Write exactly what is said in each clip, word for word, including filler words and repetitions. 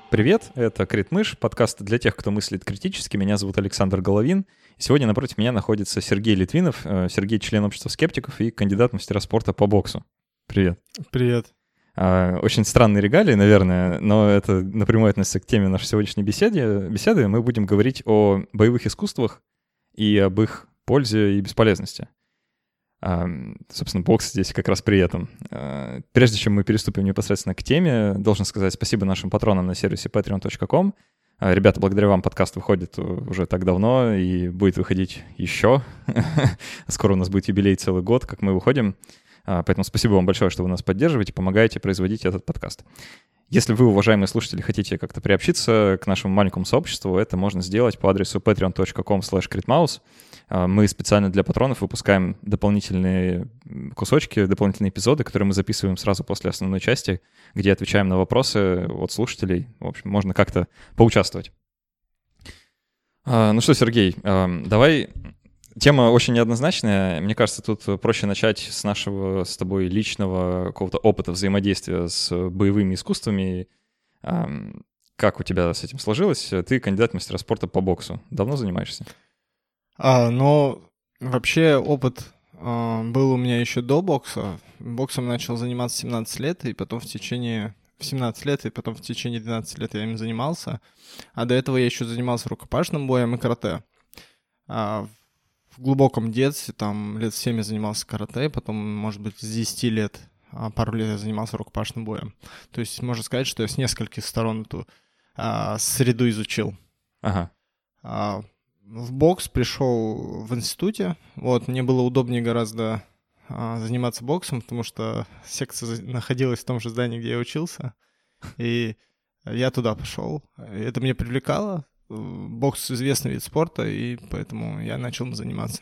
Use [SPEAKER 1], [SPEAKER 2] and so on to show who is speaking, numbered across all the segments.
[SPEAKER 1] Привет, это Критмыш, подкаст для тех, кто мыслит критически. Меня зовут Александр Головин. И сегодня напротив меня находится Сергей Литвинов. Сергей — член общества скептиков и кандидат в мастера спорта по боксу. Привет.
[SPEAKER 2] Привет.
[SPEAKER 1] Очень странные регалии, наверное, но это напрямую относится к теме нашей сегодняшней беседы. беседы. Мы будем говорить о боевых искусствах и об их пользе и бесполезности. Собственно, бокс здесь как раз при этом. Прежде чем мы переступим непосредственно к теме, должен сказать спасибо нашим патронам на сервисе патреон точка ком. Ребята, благодаря вам подкаст выходит уже так давно и будет выходить еще. Скоро у нас будет юбилей целый год, как мы выходим. Поэтому спасибо вам большое, что вы нас поддерживаете, помогаете производить этот подкаст. Если вы, уважаемые слушатели, хотите как-то приобщиться к нашему маленькому сообществу, это можно сделать по адресу патреон точка ком слэш критмаус. Мы специально для патронов выпускаем дополнительные кусочки, дополнительные эпизоды, которые мы записываем сразу после основной части, где отвечаем на вопросы от слушателей. В общем, можно как-то поучаствовать. Ну что, Сергей, давай... Тема очень неоднозначная. Мне кажется, тут проще начать с нашего с тобой личного какого-то опыта взаимодействия с боевыми искусствами. Как у тебя с этим сложилось? Ты кандидат в мастера спорта по боксу. Давно занимаешься?
[SPEAKER 2] А, ну, вообще опыт а, был у меня еще до бокса. Боксом начал заниматься в семнадцать лет, и потом в течение... В семнадцать лет, и потом в течение двенадцати лет я им занимался. А до этого я еще занимался рукопашным боем и карате. А, В глубоком детстве, там, лет в семь я занимался карате, потом, может быть, с десяти лет, а пару лет я занимался рукопашным боем. То есть можно сказать, что я с нескольких сторон эту а, среду изучил.
[SPEAKER 1] Ага.
[SPEAKER 2] А, в бокс пришел в институте. Вот, мне было удобнее гораздо а, заниматься боксом, потому что секция находилась в том же здании, где я учился. И я туда пошел. Это меня привлекало. Бокс — известный вид спорта, и поэтому я начал им заниматься.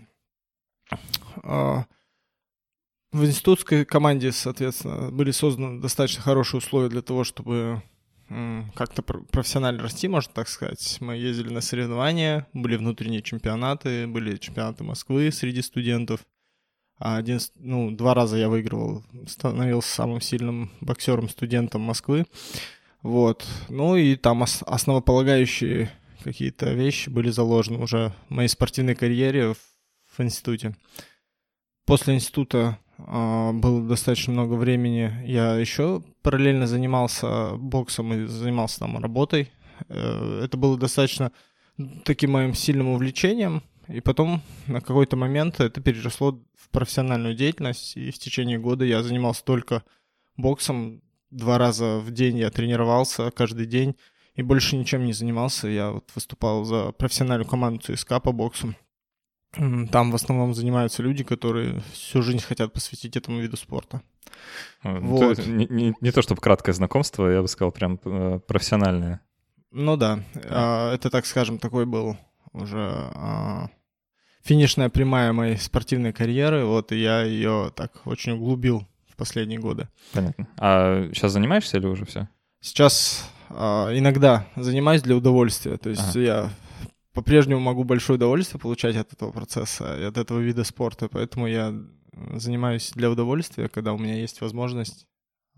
[SPEAKER 2] В институтской команде, соответственно, были созданы достаточно хорошие условия для того, чтобы как-то профессионально расти, можно так сказать. Мы ездили на соревнования, были внутренние чемпионаты, были чемпионаты Москвы среди студентов. Один, ну, два раза я выигрывал, становился самым сильным боксером-студентом Москвы. Вот. Ну и там основополагающие какие-то вещи были заложены уже в моей спортивной карьере в, в институте. После института э, было достаточно много времени. Я еще параллельно занимался боксом и занимался там работой. Э, это было достаточно таким моим сильным увлечением. И потом на какой-то момент это переросло в профессиональную деятельность. И в течение года я занимался только боксом. Два раза в день я тренировался, каждый день. И больше ничем не занимался. Я вот выступал за профессиональную команду ЦСКА по боксу. Там в основном занимаются люди, которые всю жизнь хотят посвятить этому виду спорта.
[SPEAKER 1] Вот. Не, не, не то чтобы краткое знакомство, я бы сказал, прям профессиональное.
[SPEAKER 2] Ну да, да. Это, так скажем, такой был уже финишная прямая моей спортивной карьеры. Вот, и я ее так очень углубил в последние годы.
[SPEAKER 1] Понятно. А сейчас занимаешься или уже все?
[SPEAKER 2] Сейчас... Иногда занимаюсь для удовольствия, то есть ага. я по-прежнему могу большое удовольствие получать от этого процесса и от этого вида спорта, поэтому я занимаюсь для удовольствия, когда у меня есть возможность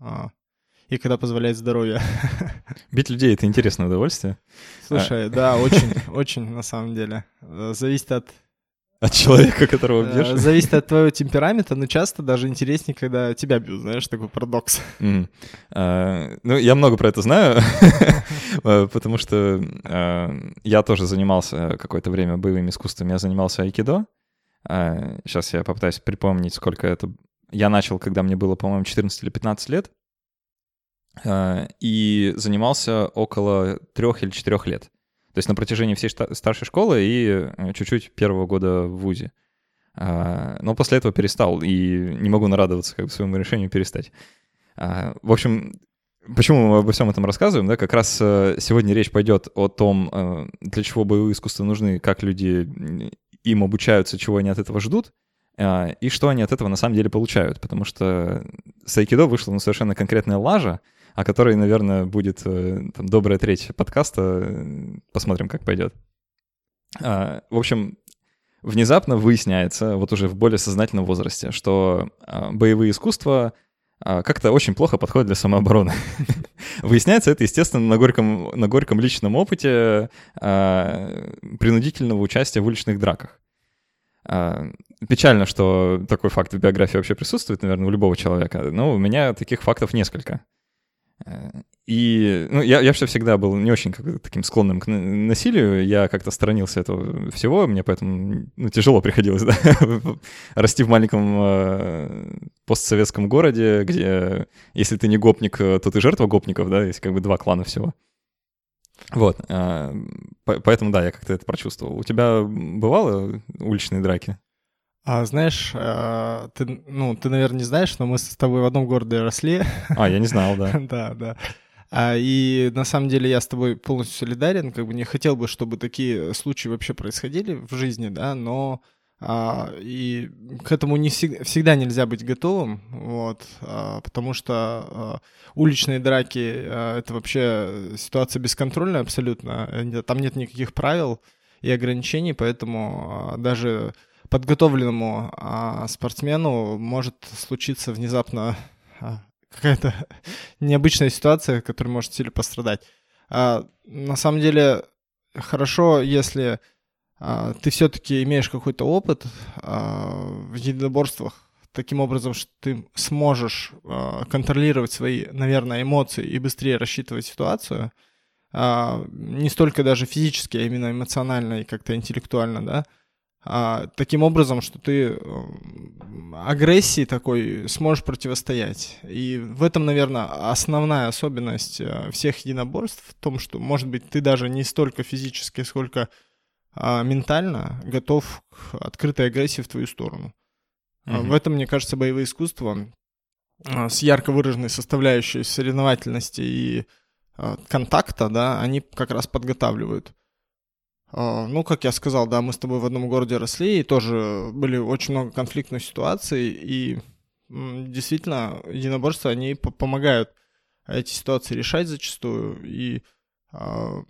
[SPEAKER 2] и когда позволяет здоровье.
[SPEAKER 1] Бить людей — это интересное удовольствие.
[SPEAKER 2] Слушай, а... да, очень, очень на самом деле. Зависит от...
[SPEAKER 1] От человека, которого бьешь?
[SPEAKER 2] Зависит от твоего темперамента, но часто даже интереснее, когда тебя бьют, знаешь, такой парадокс.
[SPEAKER 1] Mm. Uh, ну, я много про это знаю, потому что uh, я тоже занимался какое-то время боевыми искусствами, я занимался айкидо. Uh, сейчас я попытаюсь припомнить, сколько это... Я начал, когда мне было, по-моему, четырнадцать или пятнадцать лет, uh, и занимался около трех или четырех лет. То есть на протяжении всей старшей школы и чуть-чуть первого года в вузе. Но после этого перестал, и не могу нарадоваться как бы своему решению перестать. В общем, почему мы обо всем этом рассказываем? Да? Как раз сегодня речь пойдет о том, для чего боевые искусства нужны, как люди им обучаются, чего они от этого ждут, и что они от этого на самом деле получают. Потому что с айкидо вышла ну, совершенно конкретная лажа, о которой, наверное, будет там, добрая треть подкаста. Посмотрим, как пойдет. В общем, внезапно выясняется, вот уже в более сознательном возрасте, что боевые искусства как-то очень плохо подходят для самообороны. Выясняется это, естественно, на горьком, на горьком личном опыте а, принудительного участия в уличных драках. А, печально, что такой факт в биографии вообще присутствует, наверное, у любого человека, но у меня таких фактов несколько. И ну, я, я всегда был не очень как, таким склонным к насилию, я как-то сторонился этого всего, мне поэтому ну, тяжело приходилось, да, расти в маленьком э, постсоветском городе, где если ты не гопник, то ты жертва гопников, да, есть как бы два клана всего. Вот, э, поэтому да, я как-то это прочувствовал. У тебя бывало уличные драки?
[SPEAKER 2] А знаешь, ты, ну, ты, наверное, не знаешь, но мы с тобой в одном городе росли.
[SPEAKER 1] А, я не знал, да.
[SPEAKER 2] Да, да. И на самом деле я с тобой полностью солидарен, как бы не хотел бы, чтобы такие случаи вообще происходили в жизни, да, но а, и к этому не всегда, всегда нельзя быть готовым, вот, а, потому что а, уличные драки а, — это вообще ситуация бесконтрольная абсолютно, там нет никаких правил и ограничений, поэтому а, даже подготовленному а, спортсмену может случиться внезапно а, какая-то необычная ситуация, которая может сильно пострадать. А, на самом деле хорошо, если а, ты все-таки имеешь какой-то опыт а, в единоборствах, таким образом, что ты сможешь а, контролировать свои, наверное, эмоции и быстрее рассчитывать ситуацию, а, не столько даже физически, а именно эмоционально и как-то интеллектуально, да, А, таким образом, что ты агрессии такой сможешь противостоять. И в этом, наверное, основная особенность всех единоборств в том, что, может быть, ты даже не столько физически, сколько а, ментально готов к открытой агрессии в твою сторону. Mm-hmm. В этом, мне кажется, боевые искусства а, с ярко выраженной составляющей соревновательности и а, контакта, да, они как раз подготавливают. Ну, как я сказал, да, мы с тобой в одном городе росли, и тоже были очень много конфликтных ситуаций, и действительно единоборства, они помогают эти ситуации решать зачастую, и а,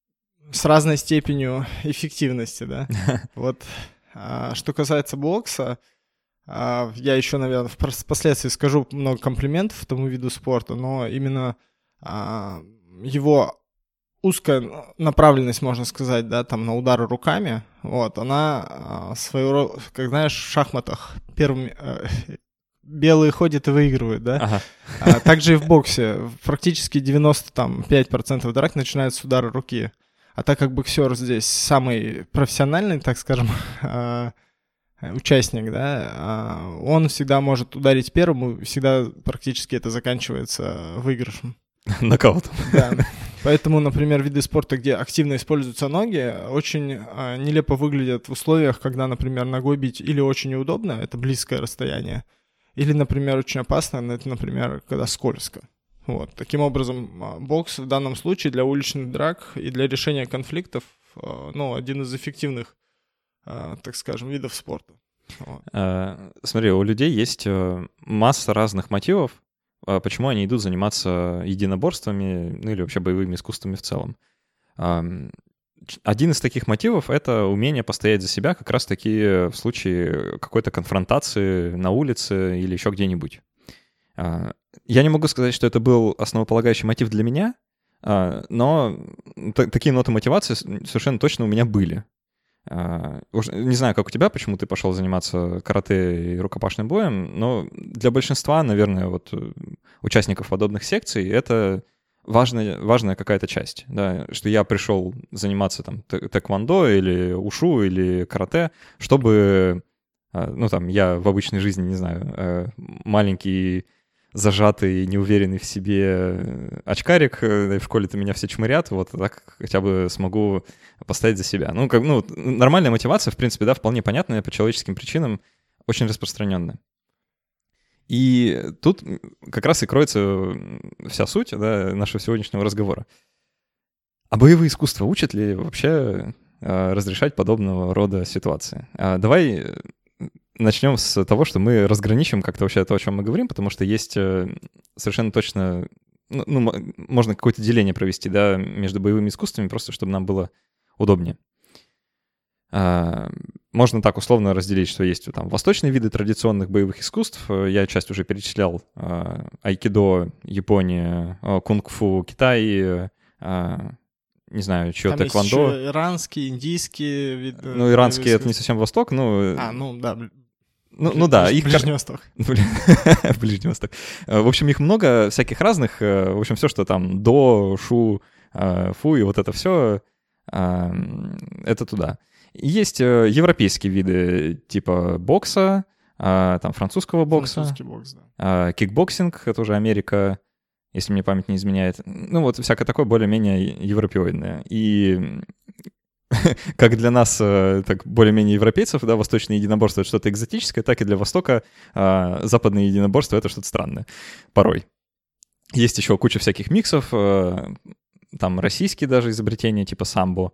[SPEAKER 2] с разной степенью эффективности, да. Вот, а, что касается бокса, а, я еще, наверное, впоследствии скажу много комплиментов тому виду спорта, но именно а, его узкая направленность, можно сказать, да, там на удары руками, вот, она своего, как знаешь, в шахматах первыми э, белые ходят и выигрывают, да. Ага. А, также и в боксе практически девяносто пять процентов драк начинаются с удара руки. А так как боксер здесь самый профессиональный, так скажем, э, участник, да, э, он всегда может ударить первым, и всегда практически это заканчивается выигрышем.
[SPEAKER 1] Нокаутом.
[SPEAKER 2] Да. Поэтому, например, виды спорта, где активно используются ноги, очень а, нелепо выглядят в условиях, когда, например, ногой бить или очень неудобно, это близкое расстояние, или, например, очень опасно, это, например, когда скользко. Вот. Таким образом, бокс в данном случае для уличных драк и для решения конфликтов, а, ну, один из эффективных, а, так скажем, видов спорта. Вот.
[SPEAKER 1] А, смотри, у людей есть масса разных мотивов, почему они идут заниматься единоборствами, ну или вообще боевыми искусствами в целом. Один из таких мотивов — это умение постоять за себя как раз-таки в случае какой-то конфронтации на улице или еще где-нибудь. Я не могу сказать, что это был основополагающий мотив для меня, но т- такие ноты мотивации совершенно точно у меня были. Не знаю, как у тебя, почему ты пошел заниматься карате и рукопашным боем, но для большинства, наверное, вот участников подобных секций это важная, важная какая-то часть, да, что я пришел заниматься там тэквондо или ушу или карате, чтобы, ну там, я в обычной жизни, не знаю, маленький, зажатый, неуверенный в себе очкарик, в школе-то меня все чмырят, вот так хотя бы смогу постоять за себя. Ну, как, ну, нормальная мотивация, в принципе, да, вполне понятная, по человеческим причинам, очень распространенная. И тут как раз и кроется вся суть, да, нашего сегодняшнего разговора. А боевые искусства учат ли вообще разрешать подобного рода ситуации? Давай начнем с того, что мы разграничим как-то вообще то, о чем мы говорим, потому что есть совершенно точно, ну, ну можно какое-то деление провести, да, между боевыми искусствами, просто чтобы нам было удобнее. Можно так условно разделить, что есть там восточные виды традиционных боевых искусств. Я часть уже перечислял. Айкидо, Япония, кунг-фу, Китай, не знаю, чьё
[SPEAKER 2] Там
[SPEAKER 1] тэквондо.
[SPEAKER 2] Есть еще иранские, индийские виды.
[SPEAKER 1] Ну, иранские — это не совсем Восток, ну...
[SPEAKER 2] А, ну да.
[SPEAKER 1] Ну, ну да, их...
[SPEAKER 2] Ближний Восток.
[SPEAKER 1] Ближний Восток. В общем, их много всяких разных. В общем, все, что там до, шу, фу и вот это все, это туда. Есть европейские виды типа бокса, там французского бокса.
[SPEAKER 2] Французский бокс, да.
[SPEAKER 1] Кикбоксинг, это уже Америка, если мне память не изменяет. Ну вот всякое такое более-менее европеоидное. И как для нас, так более-менее европейцев, да, восточное единоборство — это что-то экзотическое, так и для Востока западное единоборство — это что-то странное порой. Есть еще куча всяких миксов, там российские даже изобретения типа самбо,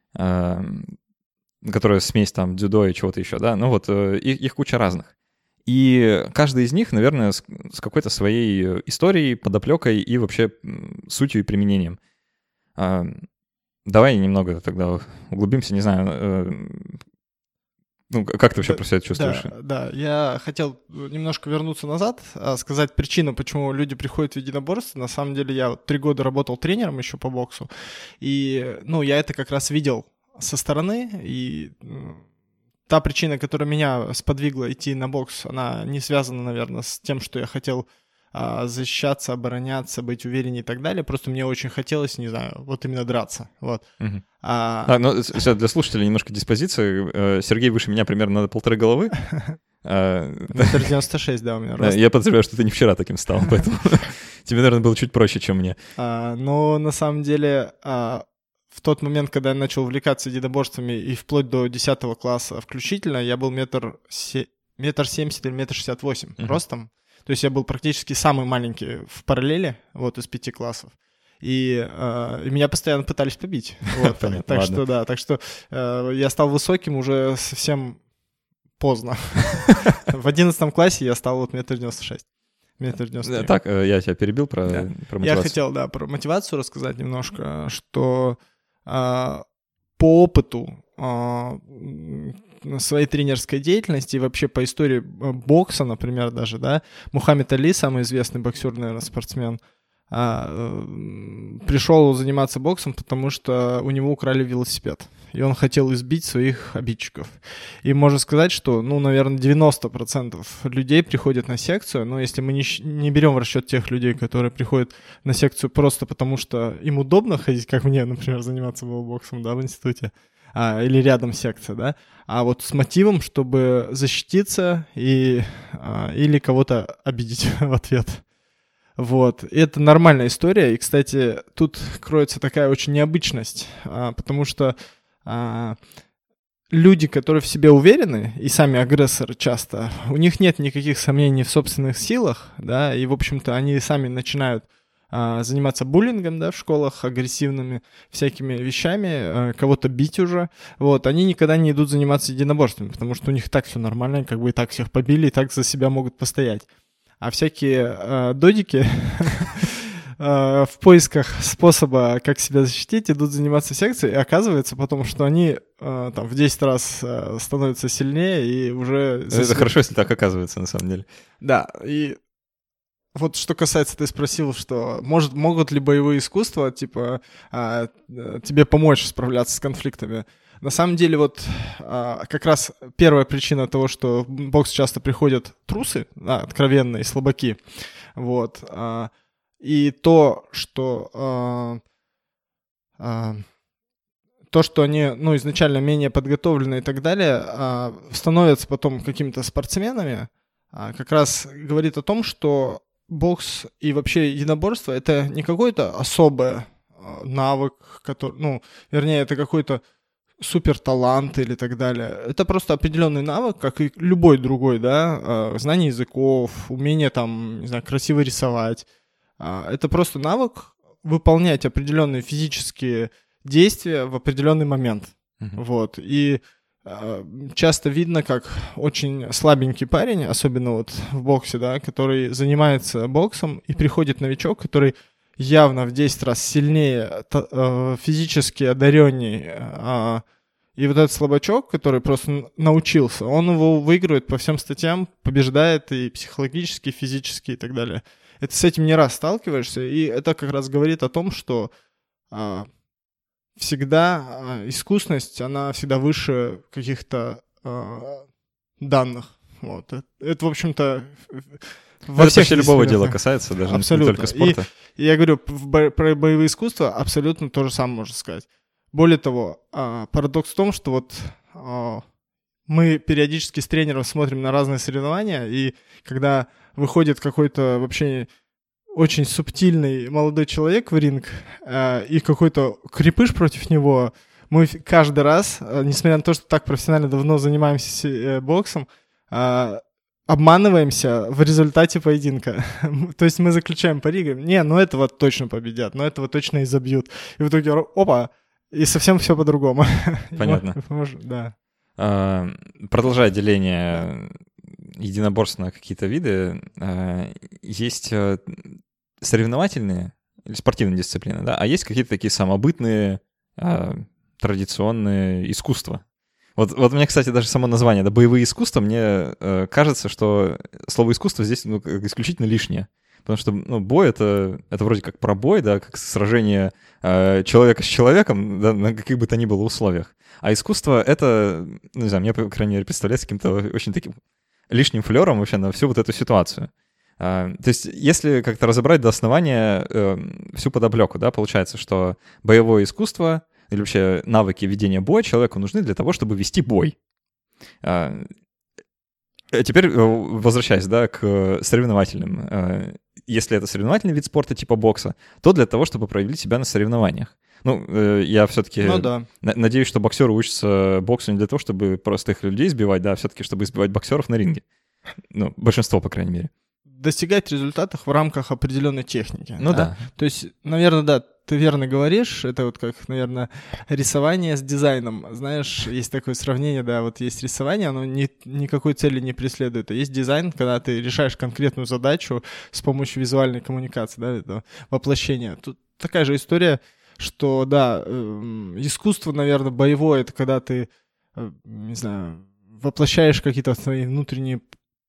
[SPEAKER 1] которая смесь там дзюдо и чего-то еще, да, ну вот их, их куча разных. И каждый из них, наверное, с, с какой-то своей историей, подоплекой и вообще сутью и применением. Давай немного тогда углубимся, не знаю, ну, как ты вообще
[SPEAKER 2] да,
[SPEAKER 1] про себя чувствуешь?
[SPEAKER 2] Да, да, я хотел немножко вернуться назад, сказать причину, почему люди приходят в единоборство. На самом деле я вот три года работал тренером еще по боксу, и, ну, я это как раз видел со стороны, и та причина, которая меня сподвигла идти на бокс, она не связана, наверное, с тем, что я хотел а, защищаться, обороняться, быть увереннее и так далее. Просто мне очень хотелось, не знаю, вот именно драться. Вот.
[SPEAKER 1] Угу.
[SPEAKER 2] А...
[SPEAKER 1] А, ну, для слушателей немножко диспозиции. Сергей выше меня примерно на полторы головы.
[SPEAKER 2] Метр девяносто шесть, да, у меня рост.
[SPEAKER 1] Я подозреваю, что ты не вчера таким стал, поэтому тебе, наверное, было чуть проще, чем мне.
[SPEAKER 2] Но на самом деле... В тот момент, когда я начал увлекаться единоборствами и вплоть до десятого класса включительно, я был метр, се... метр семьдесят или метр шестьдесят восемь uh-huh. ростом. То есть я был практически самый маленький в параллели, вот, из пяти классов. И, э, и меня постоянно пытались побить. Вот.
[SPEAKER 1] Понятно,
[SPEAKER 2] так
[SPEAKER 1] ладно.
[SPEAKER 2] что, да, так что э, я стал высоким уже совсем поздно. В одиннадцатом классе я стал вот метр девяносто шесть. Метр девяносто три.
[SPEAKER 1] Так, я тебя перебил про,
[SPEAKER 2] да.
[SPEAKER 1] про мотивацию.
[SPEAKER 2] Я хотел, да, про мотивацию рассказать немножко, что а, по опыту а, своей тренерской деятельности и вообще по истории бокса, например, даже, да, Мухаммед Али, самый известный боксер, наверное, спортсмен, а, пришел заниматься боксом, потому что у него украли велосипед, и он хотел избить своих обидчиков. И можно сказать, что, ну, наверное, девяносто процентов людей приходят на секцию, но если мы не, не берем в расчет тех людей, которые приходят на секцию просто потому, что им удобно ходить, как мне, например, заниматься боксом, да, в институте, а, или рядом секция, да, а вот с мотивом, чтобы защититься и, а, или кого-то обидеть в ответ. Вот, и это нормальная история, и, кстати, тут кроется такая очень необычность, а, потому что а, люди, которые в себе уверены, и сами агрессоры часто, у них нет никаких сомнений в собственных силах, да, и, в общем-то, они сами начинают а, заниматься буллингом, да, в школах, агрессивными всякими вещами, а, кого-то бить уже, вот, они никогда не идут заниматься единоборствами, потому что у них так все нормально, как бы и так всех побили, и так за себя могут постоять. А всякие э, додики э, в поисках способа, как себя защитить, идут заниматься секцией, и оказывается потом, что они э, там в десять раз э, становятся сильнее и уже...
[SPEAKER 1] Это себя... хорошо, если так оказывается, на самом деле.
[SPEAKER 2] Да, и вот что касается, ты спросил, что может, могут ли боевые искусства, типа, э, тебе помочь справляться с конфликтами. На самом деле, вот а, как раз первая причина того, что в бокс часто приходят трусы, а, откровенные слабаки, вот, а, и то, что а, а, то, что они, ну, изначально менее подготовлены и так далее, а, становятся потом какими-то спортсменами, а, как раз говорит о том, что бокс и вообще единоборство — это не какой-то особый а, навык, который, ну, вернее, это какой-то супер талант или так далее. Это просто определенный навык, как и любой другой, да, знание языков, умение там, не знаю, красиво рисовать. Это просто навык выполнять определенные физические действия в определенный момент. Uh-huh. Вот. И часто видно, как очень слабенький парень, особенно вот в боксе, да, который занимается боксом, и приходит новичок, который явно в десять раз сильнее, физически одаренней И вот этот слабачок, который просто научился, он его выигрывает по всем статьям, побеждает и психологически, и физически и так далее. Это с этим не раз сталкиваешься, и это как раз говорит о том, что а, всегда а, искусность, она всегда выше каких-то а, данных. Вот. Это, это, в общем-то, во
[SPEAKER 1] это
[SPEAKER 2] всех
[SPEAKER 1] почти любого
[SPEAKER 2] сферах.
[SPEAKER 1] дела касается, даже
[SPEAKER 2] абсолютно.
[SPEAKER 1] не только спорта.
[SPEAKER 2] И, и я говорю, в бо- про боевые искусства абсолютно то же самое можно сказать. Более того, а, парадокс в том, что вот а, мы периодически с тренером смотрим на разные соревнования, и когда выходит какой-то вообще очень субтильный молодой человек в ринг, а, и какой-то крепыш против него, мы каждый раз, а, несмотря на то, что так профессионально давно занимаемся э, боксом, а, обманываемся в результате поединка. То есть мы заключаем пари, говорим, не, ну этого точно победят, ну этого точно изобьют. И в итоге, опа, и совсем все по-другому.
[SPEAKER 1] Понятно.
[SPEAKER 2] Да.
[SPEAKER 1] А, продолжая деление единоборств на какие-то виды, а, есть соревновательные или спортивные дисциплины, да, а есть какие-то такие самобытные, а, традиционные искусства. Вот, вот мне, кстати, даже само название, да, боевые искусства, мне э, кажется, что слово искусство здесь ну, исключительно лишнее. Потому что ну, бой это, это вроде как про бой, да, как сражение э, человека с человеком, да, на каких бы то ни было условиях. А искусство это, ну, не знаю, мне, по крайней мере, представляется каким-то очень таким лишним флером вообще на всю вот эту ситуацию. Э, то есть, если как-то разобрать до основания э, всю подоплеку, да, получается, что боевое искусство или вообще навыки ведения боя человеку нужны для того, чтобы вести бой. А теперь возвращаясь, да, к соревновательным. Если это соревновательный вид спорта типа бокса, то для того, чтобы проявить себя на соревнованиях. Ну, я все-таки
[SPEAKER 2] ну, да.
[SPEAKER 1] надеюсь, что боксеры учатся боксу не для того, чтобы простых людей избивать, да, а все-таки чтобы избивать боксеров на ринге. Ну, большинство, по крайней мере.
[SPEAKER 2] Достигать результатов в рамках определенной техники.
[SPEAKER 1] Ну
[SPEAKER 2] да.
[SPEAKER 1] да.
[SPEAKER 2] То есть, наверное, да, ты верно говоришь, это вот как, наверное, рисование с дизайном. Знаешь, есть такое сравнение, да, вот есть рисование, оно ни, никакой цели не преследует, а есть дизайн, когда ты решаешь конкретную задачу с помощью визуальной коммуникации, да, это воплощение. Тут такая же история, что, да, э, искусство, наверное, боевое, это когда ты, э, не знаю, воплощаешь какие-то свои внутренние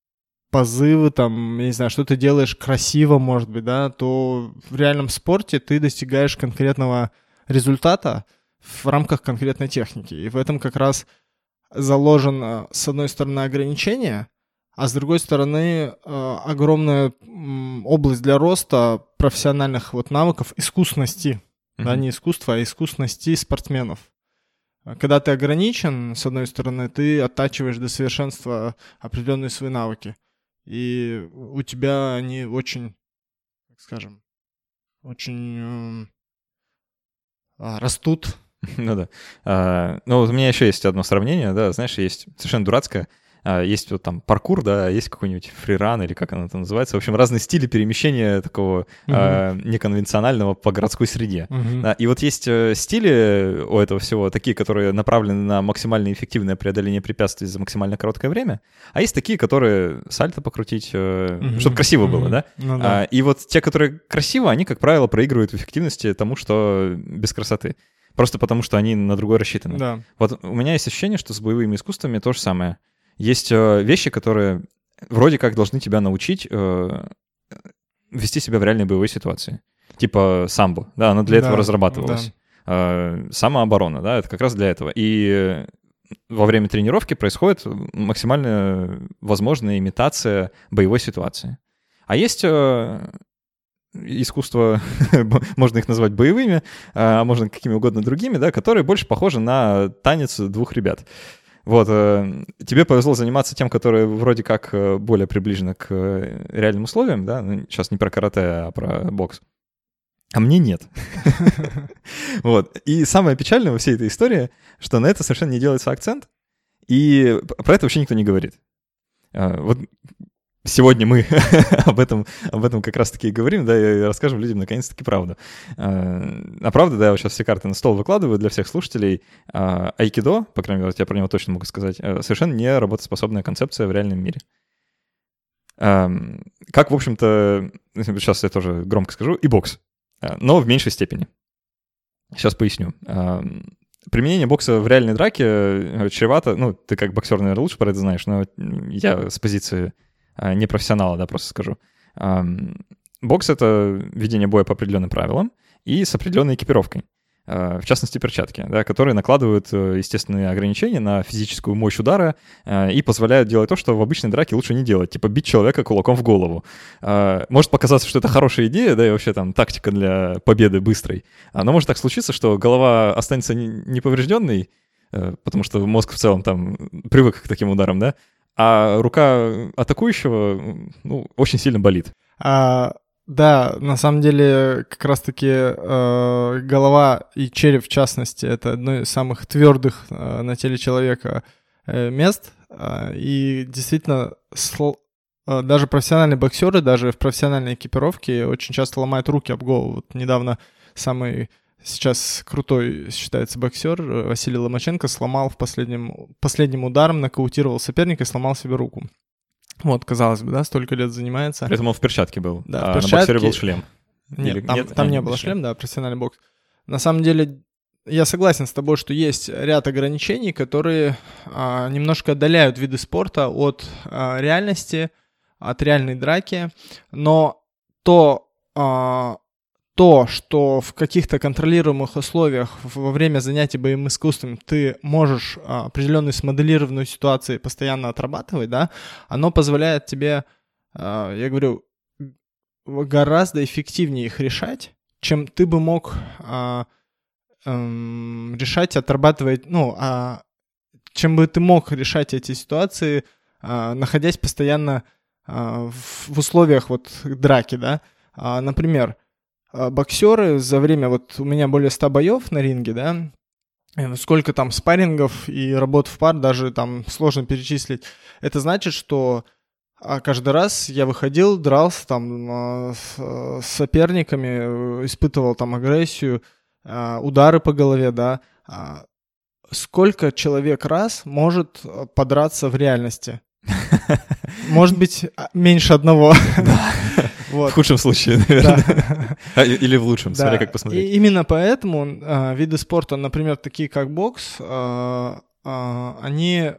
[SPEAKER 2] позывы, там, я не знаю, что ты делаешь красиво, может быть, да, то в реальном спорте ты достигаешь конкретного результата в рамках конкретной техники. И в этом как раз заложено, с одной стороны, ограничение, а с другой стороны, огромная область для роста профессиональных вот навыков искусности. Mm-hmm. Да, не искусства, а искусности спортсменов. Когда ты ограничен, с одной стороны, ты оттачиваешь до совершенства определенные свои навыки. И у тебя они очень, так скажем, очень э, растут.
[SPEAKER 1] Ну да. А, ну, вот у меня еще есть одно сравнение, да, знаешь, есть совершенно дурацкое. А, есть вот там паркур, да, есть какой-нибудь фриран или как оно там называется. В общем, разные стили перемещения такого uh-huh. а, неконвенционального по городской среде. Uh-huh. Да, и вот есть стили у этого всего, такие, которые направлены на максимально эффективное преодоление препятствий за максимально короткое время, а есть такие, которые сальто покрутить, uh-huh. чтобы красиво uh-huh. было, да?
[SPEAKER 2] Ну, да.
[SPEAKER 1] А, и вот те, которые красиво, они, как правило, проигрывают в эффективности тому, что без красоты. Просто потому, что они на другое рассчитаны.
[SPEAKER 2] Да.
[SPEAKER 1] Вот у меня есть ощущение, что с боевыми искусствами то же самое. Есть э, вещи, которые вроде как должны тебя научить э, вести себя в реальной боевой ситуации. Типа самбо, да, оно для да, этого разрабатывалось. Да. Э, самооборона, да, это как раз для этого. И во время тренировки происходит максимально возможная имитация боевой ситуации. А есть э, искусства, можно их назвать боевыми, а можно какими угодно другими, да, которые больше похожи на танец двух ребят. Вот, тебе повезло заниматься тем, которое вроде как более приближено к реальным условиям, да, ну, сейчас не про карате, а про бокс, а мне нет. Вот, и самое печальное во всей этой истории, что на это совершенно не делается акцент, и про это вообще никто не говорит. Вот сегодня мы об этом, об этом как раз-таки и говорим, да, и расскажем людям наконец-таки правду. А правда, да, я вот сейчас все карты на стол выкладываю для всех слушателей. Айкидо, по крайней мере, я про него точно могу сказать, совершенно не работоспособная концепция в реальном мире. Как, в общем-то, сейчас я тоже громко скажу, и бокс, но в меньшей степени. Сейчас поясню. применение бокса в реальной драке чревато, ну, ты как боксер, наверное, лучше про это знаешь, но я с позиции непрофессионала, да, просто скажу. Бокс — это ведение боя по определенным правилам и с определенной экипировкой. В частности, перчатки, да, которые накладывают естественные ограничения на физическую мощь удара и позволяют делать то, что в обычной драке лучше не делать, типа бить человека кулаком в голову. Может показаться, что это хорошая идея, да, и вообще там тактика для победы быстрой, но может так случиться, что голова останется неповрежденной, потому что мозг в целом там привык к таким ударам, да, а рука атакующего, ну, очень сильно болит.
[SPEAKER 2] А... Да, на самом деле как раз-таки э, голова и череп, в частности, это одно из самых твердых э, на теле человека э, мест. Э, и действительно, сло, э, даже профессиональные боксеры, даже в профессиональной экипировке очень часто ломают руки об голову. Вот недавно самый сейчас крутой считается боксер Василий Ломаченко сломал в последнем, последним ударом, нокаутировал соперника и сломал себе руку. Вот, казалось бы, да, столько лет занимается.
[SPEAKER 1] При этом он в перчатке был,
[SPEAKER 2] да,
[SPEAKER 1] а
[SPEAKER 2] в перчатке...
[SPEAKER 1] на боксере был шлем.
[SPEAKER 2] Нет,
[SPEAKER 1] Или...
[SPEAKER 2] там,
[SPEAKER 1] Нет?
[SPEAKER 2] там
[SPEAKER 1] а,
[SPEAKER 2] не было шлем, шлем, да, профессиональный бокс. На самом деле, я согласен с тобой, что есть ряд ограничений, которые а, немножко отдаляют виды спорта от а, реальности, от реальной драки, но то... А, То, что в каких-то контролируемых условиях во время занятий боевым искусством ты можешь а, определенную смоделированную ситуацию постоянно отрабатывать, да, оно позволяет тебе, а, я говорю, гораздо эффективнее их решать, чем ты бы мог а, а, решать, отрабатывать, ну, а, чем бы ты мог решать эти ситуации, а, находясь постоянно а, в, в условиях вот драки, да, а, например, боксеры за время, вот у меня более ста боев на ринге, да, сколько там спаррингов и работ в пар, даже там сложно перечислить. Это значит, что каждый раз я выходил, дрался там с соперниками, испытывал там агрессию, удары по голове, да. Сколько человек раз может подраться в реальности? Может быть, меньше одного.
[SPEAKER 1] Вот. В худшем случае, наверное. Да. А, или в лучшем, да. Смотря как посмотреть.
[SPEAKER 2] И именно поэтому а, виды спорта, например, такие как бокс, а, а, они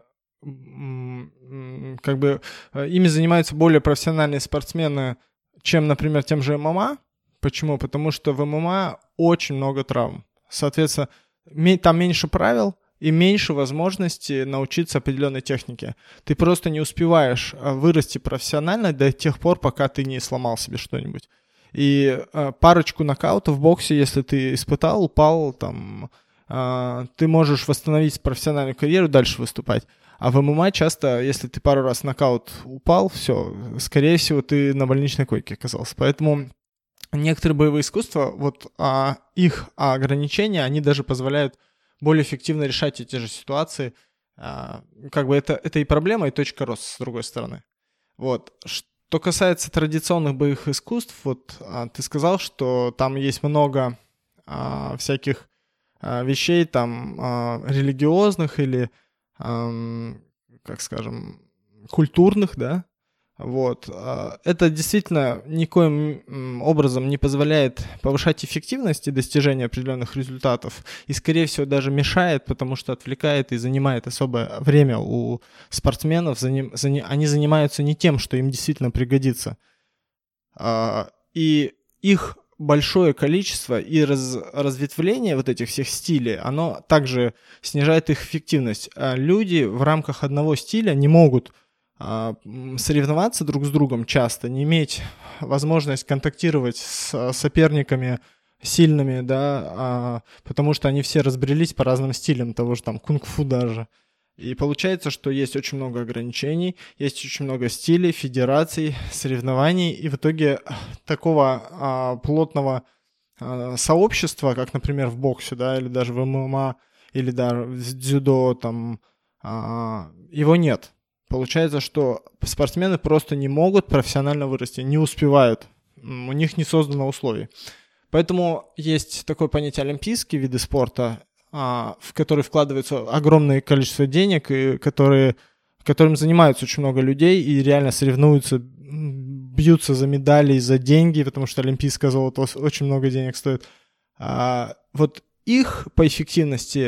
[SPEAKER 2] м, как бы ими занимаются более профессиональные спортсмены, чем, например, тем же эм эм а. Почему? Потому что в эм эм а очень много травм. Соответственно, там меньше правил и меньше возможности научиться определенной технике. Ты просто не успеваешь вырасти профессионально до тех пор, пока ты не сломал себе что-нибудь. И э, парочку нокаутов в боксе, если ты испытал, упал, там, э, ты можешь восстановить профессиональную карьеру, дальше выступать. А в эм эм а часто, если ты пару раз нокаут упал, все, скорее всего, ты на больничной койке оказался. Поэтому некоторые боевые искусства, вот а, их ограничения, они даже позволяют более эффективно решать эти же ситуации. А, как бы это, это и проблема, и точка роста, с другой стороны. Вот. Что касается традиционных боевых искусств, вот а, ты сказал, что там есть много а, всяких а, вещей, там, а, религиозных или, а, как скажем, культурных, да? Вот. Это действительно никоим образом не позволяет повышать эффективность и достижение определенных результатов, и, скорее всего, даже мешает, потому что отвлекает и занимает особое время у спортсменов. Они занимаются не тем, что им действительно пригодится. И их большое количество и раз, разветвление вот этих всех стилей, оно также снижает их эффективность. Люди в рамках одного стиля не могут соревноваться друг с другом часто, не иметь возможность контактировать с соперниками сильными, да, потому что они все разбрелись по разным стилям того же там кунг-фу даже. И получается, что есть очень много ограничений, есть очень много стилей, федераций, соревнований, и в итоге такого а, плотного а, сообщества, как, например, в боксе, да, или даже в эм эм а, или даже в дзюдо, там, а, его нет. Получается, что спортсмены просто не могут профессионально вырасти, не успевают, у них не создано условий. Поэтому есть такое понятие олимпийские виды спорта, в которые вкладывается огромное количество денег, и которые, которым занимаются очень много людей и реально соревнуются, бьются за медали, за деньги, потому что олимпийское золото очень много денег стоит. Вот их по эффективности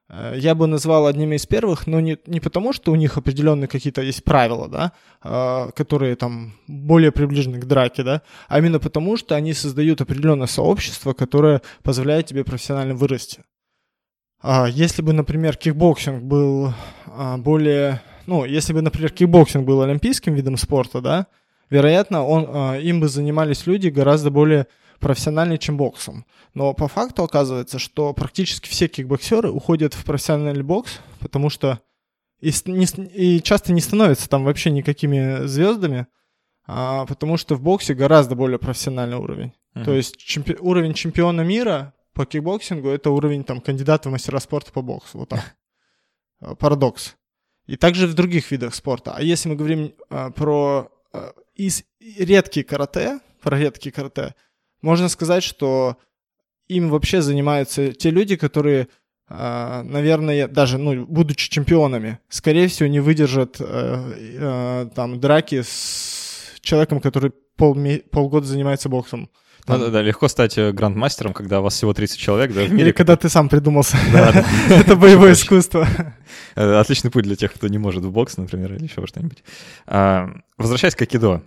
[SPEAKER 2] я бы назвал одними из первых, но не, не потому, что у них определенные какие-то есть правила, да, которые там более приближены к драке, да, а именно потому, что они создают определенное сообщество, которое позволяет тебе профессионально вырасти. Если бы, например, кикбоксинг был более... Ну, если бы, например, кикбоксинг был олимпийским видом спорта, да, вероятно, он, им бы занимались люди гораздо более профессиональнее, чем боксом. Но по факту оказывается, что практически все кикбоксеры уходят в профессиональный бокс, потому что и, не, и часто не становятся там вообще никакими звездами, а, потому что в боксе гораздо более профессиональный уровень. Mm-hmm. То есть чемпи- уровень чемпиона мира по кикбоксингу — это уровень там кандидата в мастера спорта по боксу. Вот так. Парадокс. И также в других видах спорта. А если мы говорим а, про а, из, редкие карате, про редкие карате, можно сказать, что им вообще занимаются те люди, которые, э, наверное, даже, ну, будучи чемпионами, скорее всего, не выдержат э, э, там драки с человеком, который пол, полгода занимается боксом.
[SPEAKER 1] Там... Да, да, легко стать грандмастером, когда у вас всего тридцать человек, да, в мире.
[SPEAKER 2] Или когда ты сам придумался. Это боевое искусство.
[SPEAKER 1] Отличный путь для тех, кто не может в бокс, например, или еще во что-нибудь. Возвращаясь к айкидо.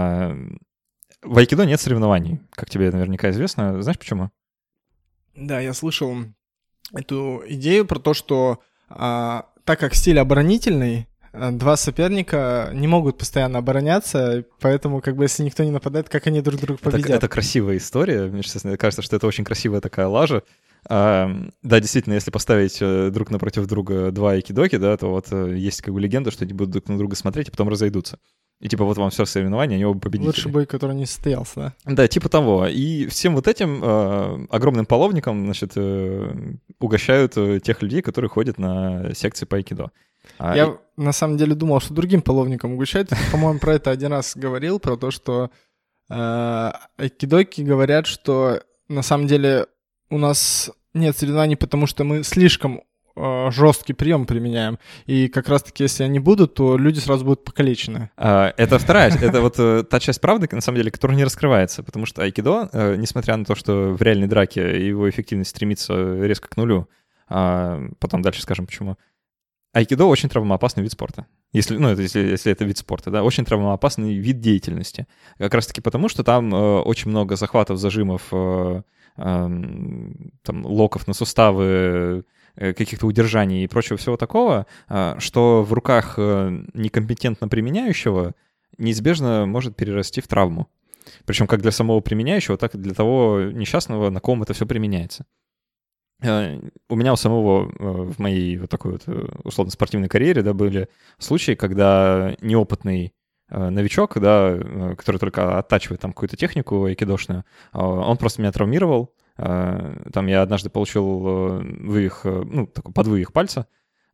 [SPEAKER 1] В айкидо нет соревнований, как тебе наверняка известно. Знаешь почему?
[SPEAKER 2] Да, я слышал эту идею про то, что а, так как стиль оборонительный, два соперника не могут постоянно обороняться, поэтому как бы если никто не нападает, как они друг друга победят?
[SPEAKER 1] Это, это красивая история. Мне кажется, что это очень красивая такая лажа. А, да, действительно, если поставить друг напротив друга два айкидоки, да, то вот есть как бы легенда, что они будут друг на друга смотреть, и потом разойдутся. И типа вот вам все соревнования, они оба победители.
[SPEAKER 2] Лучший бой, который не состоялся, да?
[SPEAKER 1] Да, типа того. И всем вот этим э, огромным половником, значит, э, угощают э, тех людей, которые ходят на секции по айкидо. А,
[SPEAKER 2] Я
[SPEAKER 1] и...
[SPEAKER 2] на самом деле думал, что другим половником угощают. По-моему, про это один раз говорил, про то, что э, айкидоки говорят, что на самом деле у нас нет соревнований, потому что мы слишком жесткий прием применяем. И как раз-таки, если они будут, то люди сразу будут покалечены.
[SPEAKER 1] А, это вторая, это вот та часть правды, на самом деле, которая не раскрывается, потому что айкидо, несмотря на то, что в реальной драке его эффективность стремится резко к нулю, а потом дальше скажем почему, айкидо очень травмоопасный вид спорта. Если, ну, это, если, если это вид спорта, да, очень травмоопасный вид деятельности. Как раз-таки потому, что там э, очень много захватов, зажимов, э, э, там, локов на суставы, каких-то удержаний и прочего всего такого, что в руках некомпетентно применяющего неизбежно может перерасти в травму. Причем как для самого применяющего, так и для того несчастного, на ком это все применяется. У меня у самого в моей вот такой вот условно-спортивной карьере, да, были случаи, когда неопытный новичок, да, который только оттачивает там какую-то технику айкидошную, он просто меня травмировал. Там я однажды получил вывих, ну, такой подвывих пальца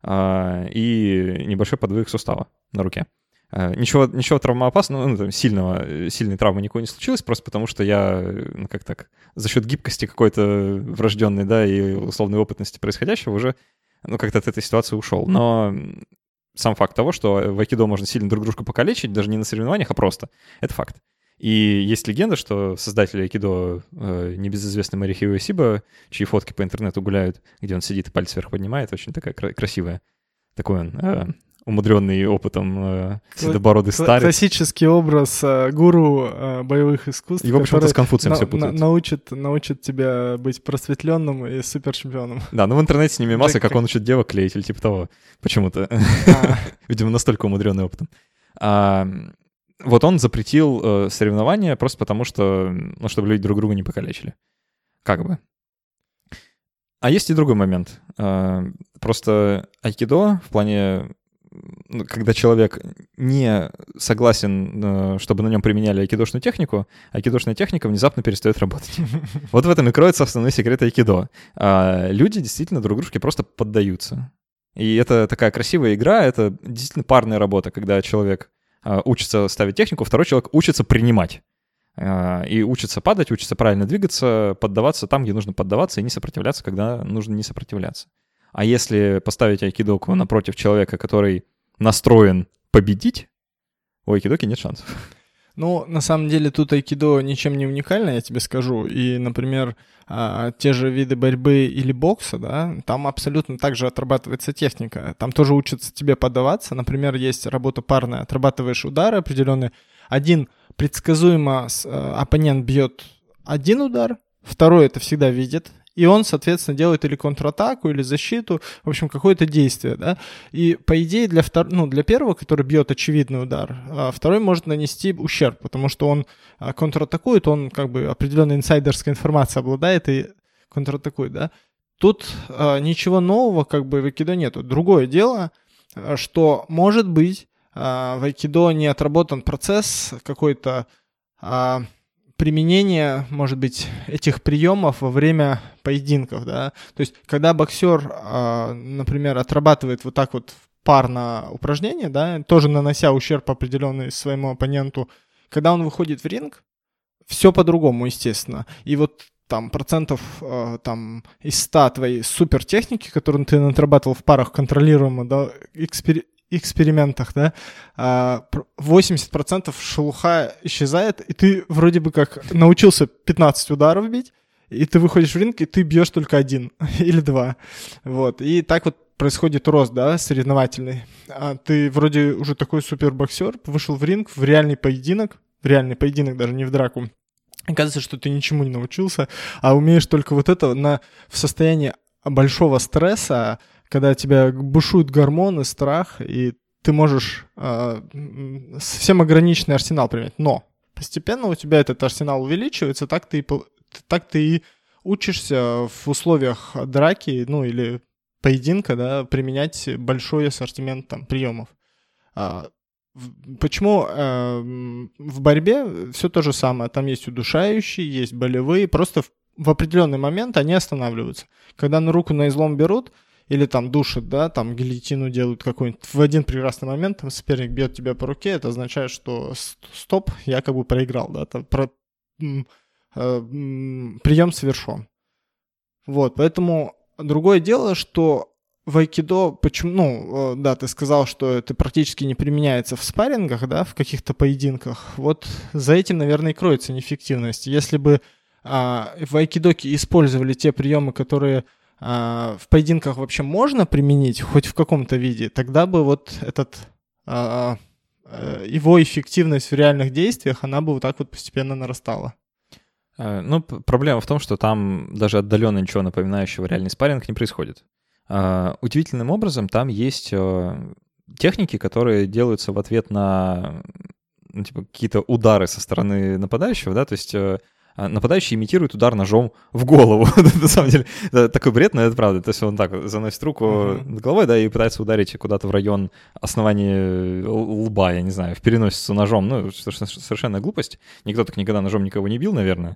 [SPEAKER 1] и небольшой подвывих сустава на руке. Ничего, ничего травмоопасного, ну, там, сильного, сильной травмы никакой не случилось, просто потому что я, ну, как так, за счет гибкости какой-то врожденной, да, и условной опытности происходящего уже, ну, как-то от этой ситуации ушел. Но сам факт того, что в айкидо можно сильно друг дружку покалечить, даже не на соревнованиях, а просто, это факт. И есть легенда, что создатель айкидо, э, небезызвестный Марихио Исиба, чьи фотки по интернету гуляют, где он сидит и пальцы вверх поднимает, очень такая кра- красивая, такой он э, умудренный опытом э, седобородый
[SPEAKER 2] Кла-
[SPEAKER 1] старец.
[SPEAKER 2] Классический образ э, гуру э, боевых искусств.
[SPEAKER 1] Его почему-то с Конфуцием на- все путают.
[SPEAKER 2] На- научит, научит тебя быть просветленным и суперчемпионом.
[SPEAKER 1] Да, ну в интернете с ними масса, как он учит девок клеить или типа того, почему-то. Видимо, настолько умудренный опытом. Вот он запретил э, соревнования просто потому, что, ну, чтобы люди друг друга не покалечили. Как бы. А есть и другой момент. Э, просто айкидо в плане, ну, когда человек не согласен, э, чтобы на нем применяли айкидошную технику, айкидошная техника внезапно перестает работать. Вот в этом и кроется основной секрет айкидо. Люди действительно друг дружке просто поддаются. И это такая красивая игра, это действительно парная работа, когда человек учится ставить технику, второй человек учится принимать. И учится падать, учится правильно двигаться, поддаваться там, где нужно поддаваться, и не сопротивляться, когда нужно не сопротивляться. А если поставить айкидоку напротив человека, который настроен победить, у айкидоки нет шансов.
[SPEAKER 2] Ну, на самом деле тут айкидо ничем не уникально, я тебе скажу. И, например, те же виды борьбы или бокса, да, там абсолютно так же отрабатывается техника. Там тоже учатся тебе поддаваться. Например, есть работа парная. Отрабатываешь удары определенные. Один предсказуемо оппонент бьет один удар, второй это всегда видит. И он, соответственно, делает или контратаку, или защиту, в общем, какое-то действие, да. И, по идее, для, втор... ну, для первого, который бьет очевидный удар, второй может нанести ущерб, потому что он контратакует, он как бы определенной инсайдерской информацией обладает и контратакует, да. Тут а, ничего нового как бы в айкидо нету. Другое дело, что, может быть, а, в айкидо не отработан процесс какой-то... А, применение, может быть, этих приемов во время поединков, да, то есть, когда боксер, например, отрабатывает вот так вот парно упражнение, да, тоже нанося ущерб определенный своему оппоненту, когда он выходит в ринг, все по-другому, естественно, и вот там процентов там из ста твоей супер техники, которую ты отрабатывал в парах контролируемо, да, экспери- экспериментах, да, восемьдесят процентов шелуха исчезает, и ты вроде бы как научился пятнадцать ударов бить, и ты выходишь в ринг, и ты бьешь только один или два. Вот. И так вот происходит рост, да, соревновательный. А ты вроде уже такой супербоксер, вышел в ринг, в реальный поединок, в реальный поединок, даже не в драку. Оказывается, что ты ничему не научился, а умеешь только вот это на, в состоянии большого стресса, когда тебя бушуют гормоны, страх, и ты можешь э, совсем ограниченный арсенал применять. Но постепенно у тебя этот арсенал увеличивается, так ты, так ты и учишься в условиях драки, ну или поединка, да, применять большой ассортимент там приемов. А, почему э, в борьбе все то же самое? Там есть удушающие, есть болевые, просто в, в определенный момент они останавливаются. Когда на руку на излом берут, или там душат, да, там гильотину делают какой-нибудь, в один прекрасный момент там соперник бьет тебя по руке, это означает, что стоп, я как бы проиграл, да, это про, м, э, прием совершен. Вот, поэтому другое дело, что в айкидо, почему, ну, да, ты сказал, что это практически не применяется в спаррингах, да, в каких-то поединках, вот за этим, наверное, и кроется неэффективность. Если бы а, в айкидоке использовали те приемы, которые в поединках вообще можно применить, хоть в каком-то виде, тогда бы вот этот, а, а, его эффективность в реальных действиях, она бы вот так вот постепенно нарастала.
[SPEAKER 1] Ну, проблема в том, что там даже отдаленно ничего напоминающего реальный спарринг не происходит. Удивительным образом там есть техники, которые делаются в ответ на, ну, типа, какие-то удары со стороны нападающего, да, то есть... Нападающий имитирует удар ножом в голову. На самом деле, такой бред, но это правда. То есть он так заносит руку uh-huh. над головой, да, и пытается ударить куда-то в район основания лба, я не знаю, в переносицу ножом. Ну, что совершенно глупость. Никто так никогда ножом никого не бил, наверное.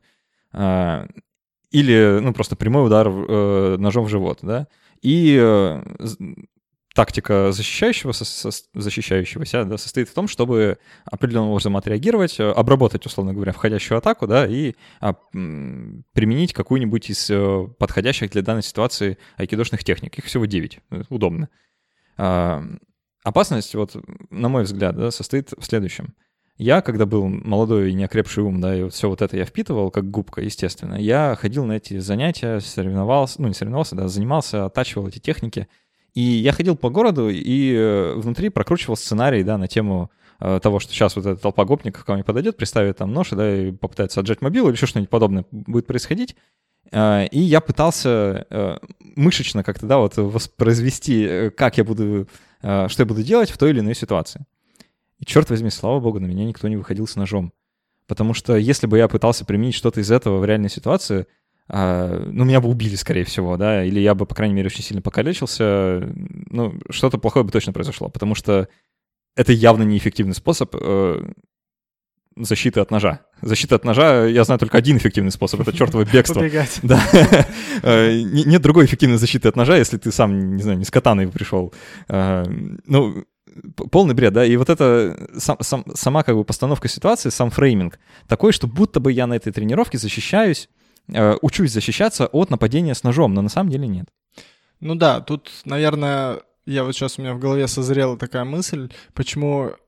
[SPEAKER 1] Или, ну, просто прямой удар ножом в живот, да. И тактика защищающего, защищающегося, да, состоит в том, чтобы определенным образом отреагировать, обработать, условно говоря, входящую атаку, да, и а, применить какую-нибудь из подходящих для данной ситуации айкидошных техник. Их всего девять. Удобно. А, опасность, вот, на мой взгляд, да, состоит в следующем. Я, когда был молодой и неокрепший ум, да, и вот все вот это я впитывал, как губка, естественно, я ходил на эти занятия, соревновался, ну, не соревновался, да, занимался, оттачивал эти техники. И я ходил по городу и внутри прокручивал сценарий, да, на тему э, того, что сейчас вот эта толпа гопников ко мне подойдет, приставит там нож, да, и попытается отжать мобилу или еще что-нибудь подобное будет происходить. Э, и я пытался э, мышечно как-то, да, вот воспроизвести, как я буду, э, что я буду делать в той или иной ситуации. И, черт возьми, слава богу, на меня никто не выходил с ножом. Потому что если бы я пытался применить что-то из этого в реальной ситуации, Uh, ну, меня бы убили, скорее всего, да, или я бы, по крайней мере, очень сильно покалечился, ну, что-то плохое бы точно произошло, потому что это явно неэффективный способ uh, защиты от ножа. Защита от ножа, я знаю только один эффективный способ, это чертово бегство.
[SPEAKER 2] Убегать.
[SPEAKER 1] Да. Нет другой эффективной защиты от ножа, если ты сам, не знаю, не с катаной пришел. Ну, полный бред, да, и вот это сам, сам, сама как бы постановка ситуации, сам фрейминг такой, что будто бы я на этой тренировке защищаюсь, учусь защищаться от нападения с ножом, но на самом деле нет.
[SPEAKER 2] Ну да, тут, наверное, я вот сейчас у меня в голове созрела такая мысль, почему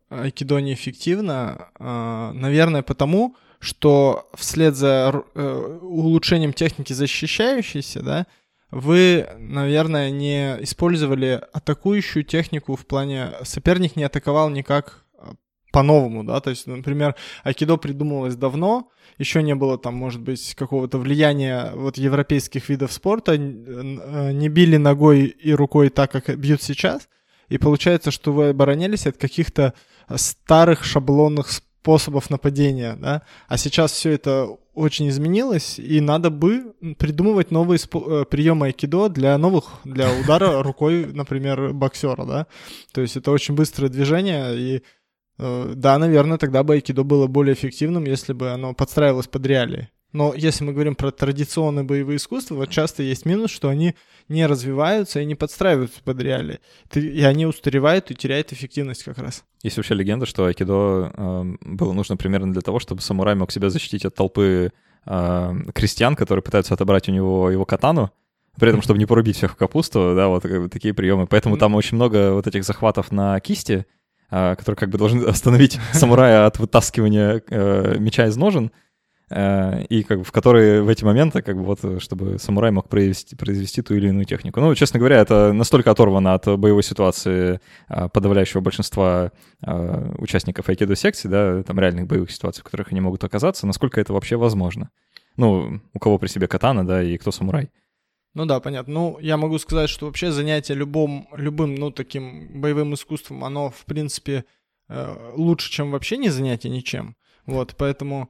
[SPEAKER 2] айкидо неэффективно? Наверное, потому, что вслед за улучшением техники защищающейся, да, вы, наверное, не использовали атакующую технику в плане соперник не атаковал никак по-новому, да, то есть, например, айкидо придумывалось давно, еще не было там, может быть, какого-то влияния вот европейских видов спорта, не били ногой и рукой так, как бьют сейчас, и получается, что вы оборонялись от каких-то старых шаблонных способов нападения, да, а сейчас все это очень изменилось, и надо бы придумывать новые спо- приемы айкидо для новых, для удара рукой, например, боксера, да, то есть это очень быстрое движение, и да, наверное, тогда бы айкидо было более эффективным, если бы оно подстраивалось под реалии. Но если мы говорим про традиционные боевые искусства, вот часто есть минус, что они не развиваются и не подстраиваются под реалии. И они устаревают и теряют эффективность как раз.
[SPEAKER 1] Есть вообще легенда, что айкидо э, было нужно примерно для того, чтобы самурай мог себя защитить от толпы э, крестьян, которые пытаются отобрать у него его катану, при этом, чтобы не порубить всех в капусту, да, вот такие приемы. Поэтому там очень много вот этих захватов на кисти, который как бы должен остановить самурая от вытаскивания э, меча из ножен, э, и как бы в которые в эти моменты, как бы вот, чтобы самурай мог произвести, произвести ту или иную технику. Ну, честно говоря, это настолько оторвано от боевой ситуации э, подавляющего большинства э, участников айкидо-секций, да, там реальных боевых ситуаций, в которых они могут оказаться, насколько это вообще возможно. Ну, у кого при себе катана, да, и кто самурай.
[SPEAKER 2] Ну да, понятно. Ну, я могу сказать, что вообще занятие любым, любым, ну, таким боевым искусством, оно, в принципе, э, лучше, чем вообще не занятие ничем. Вот, поэтому,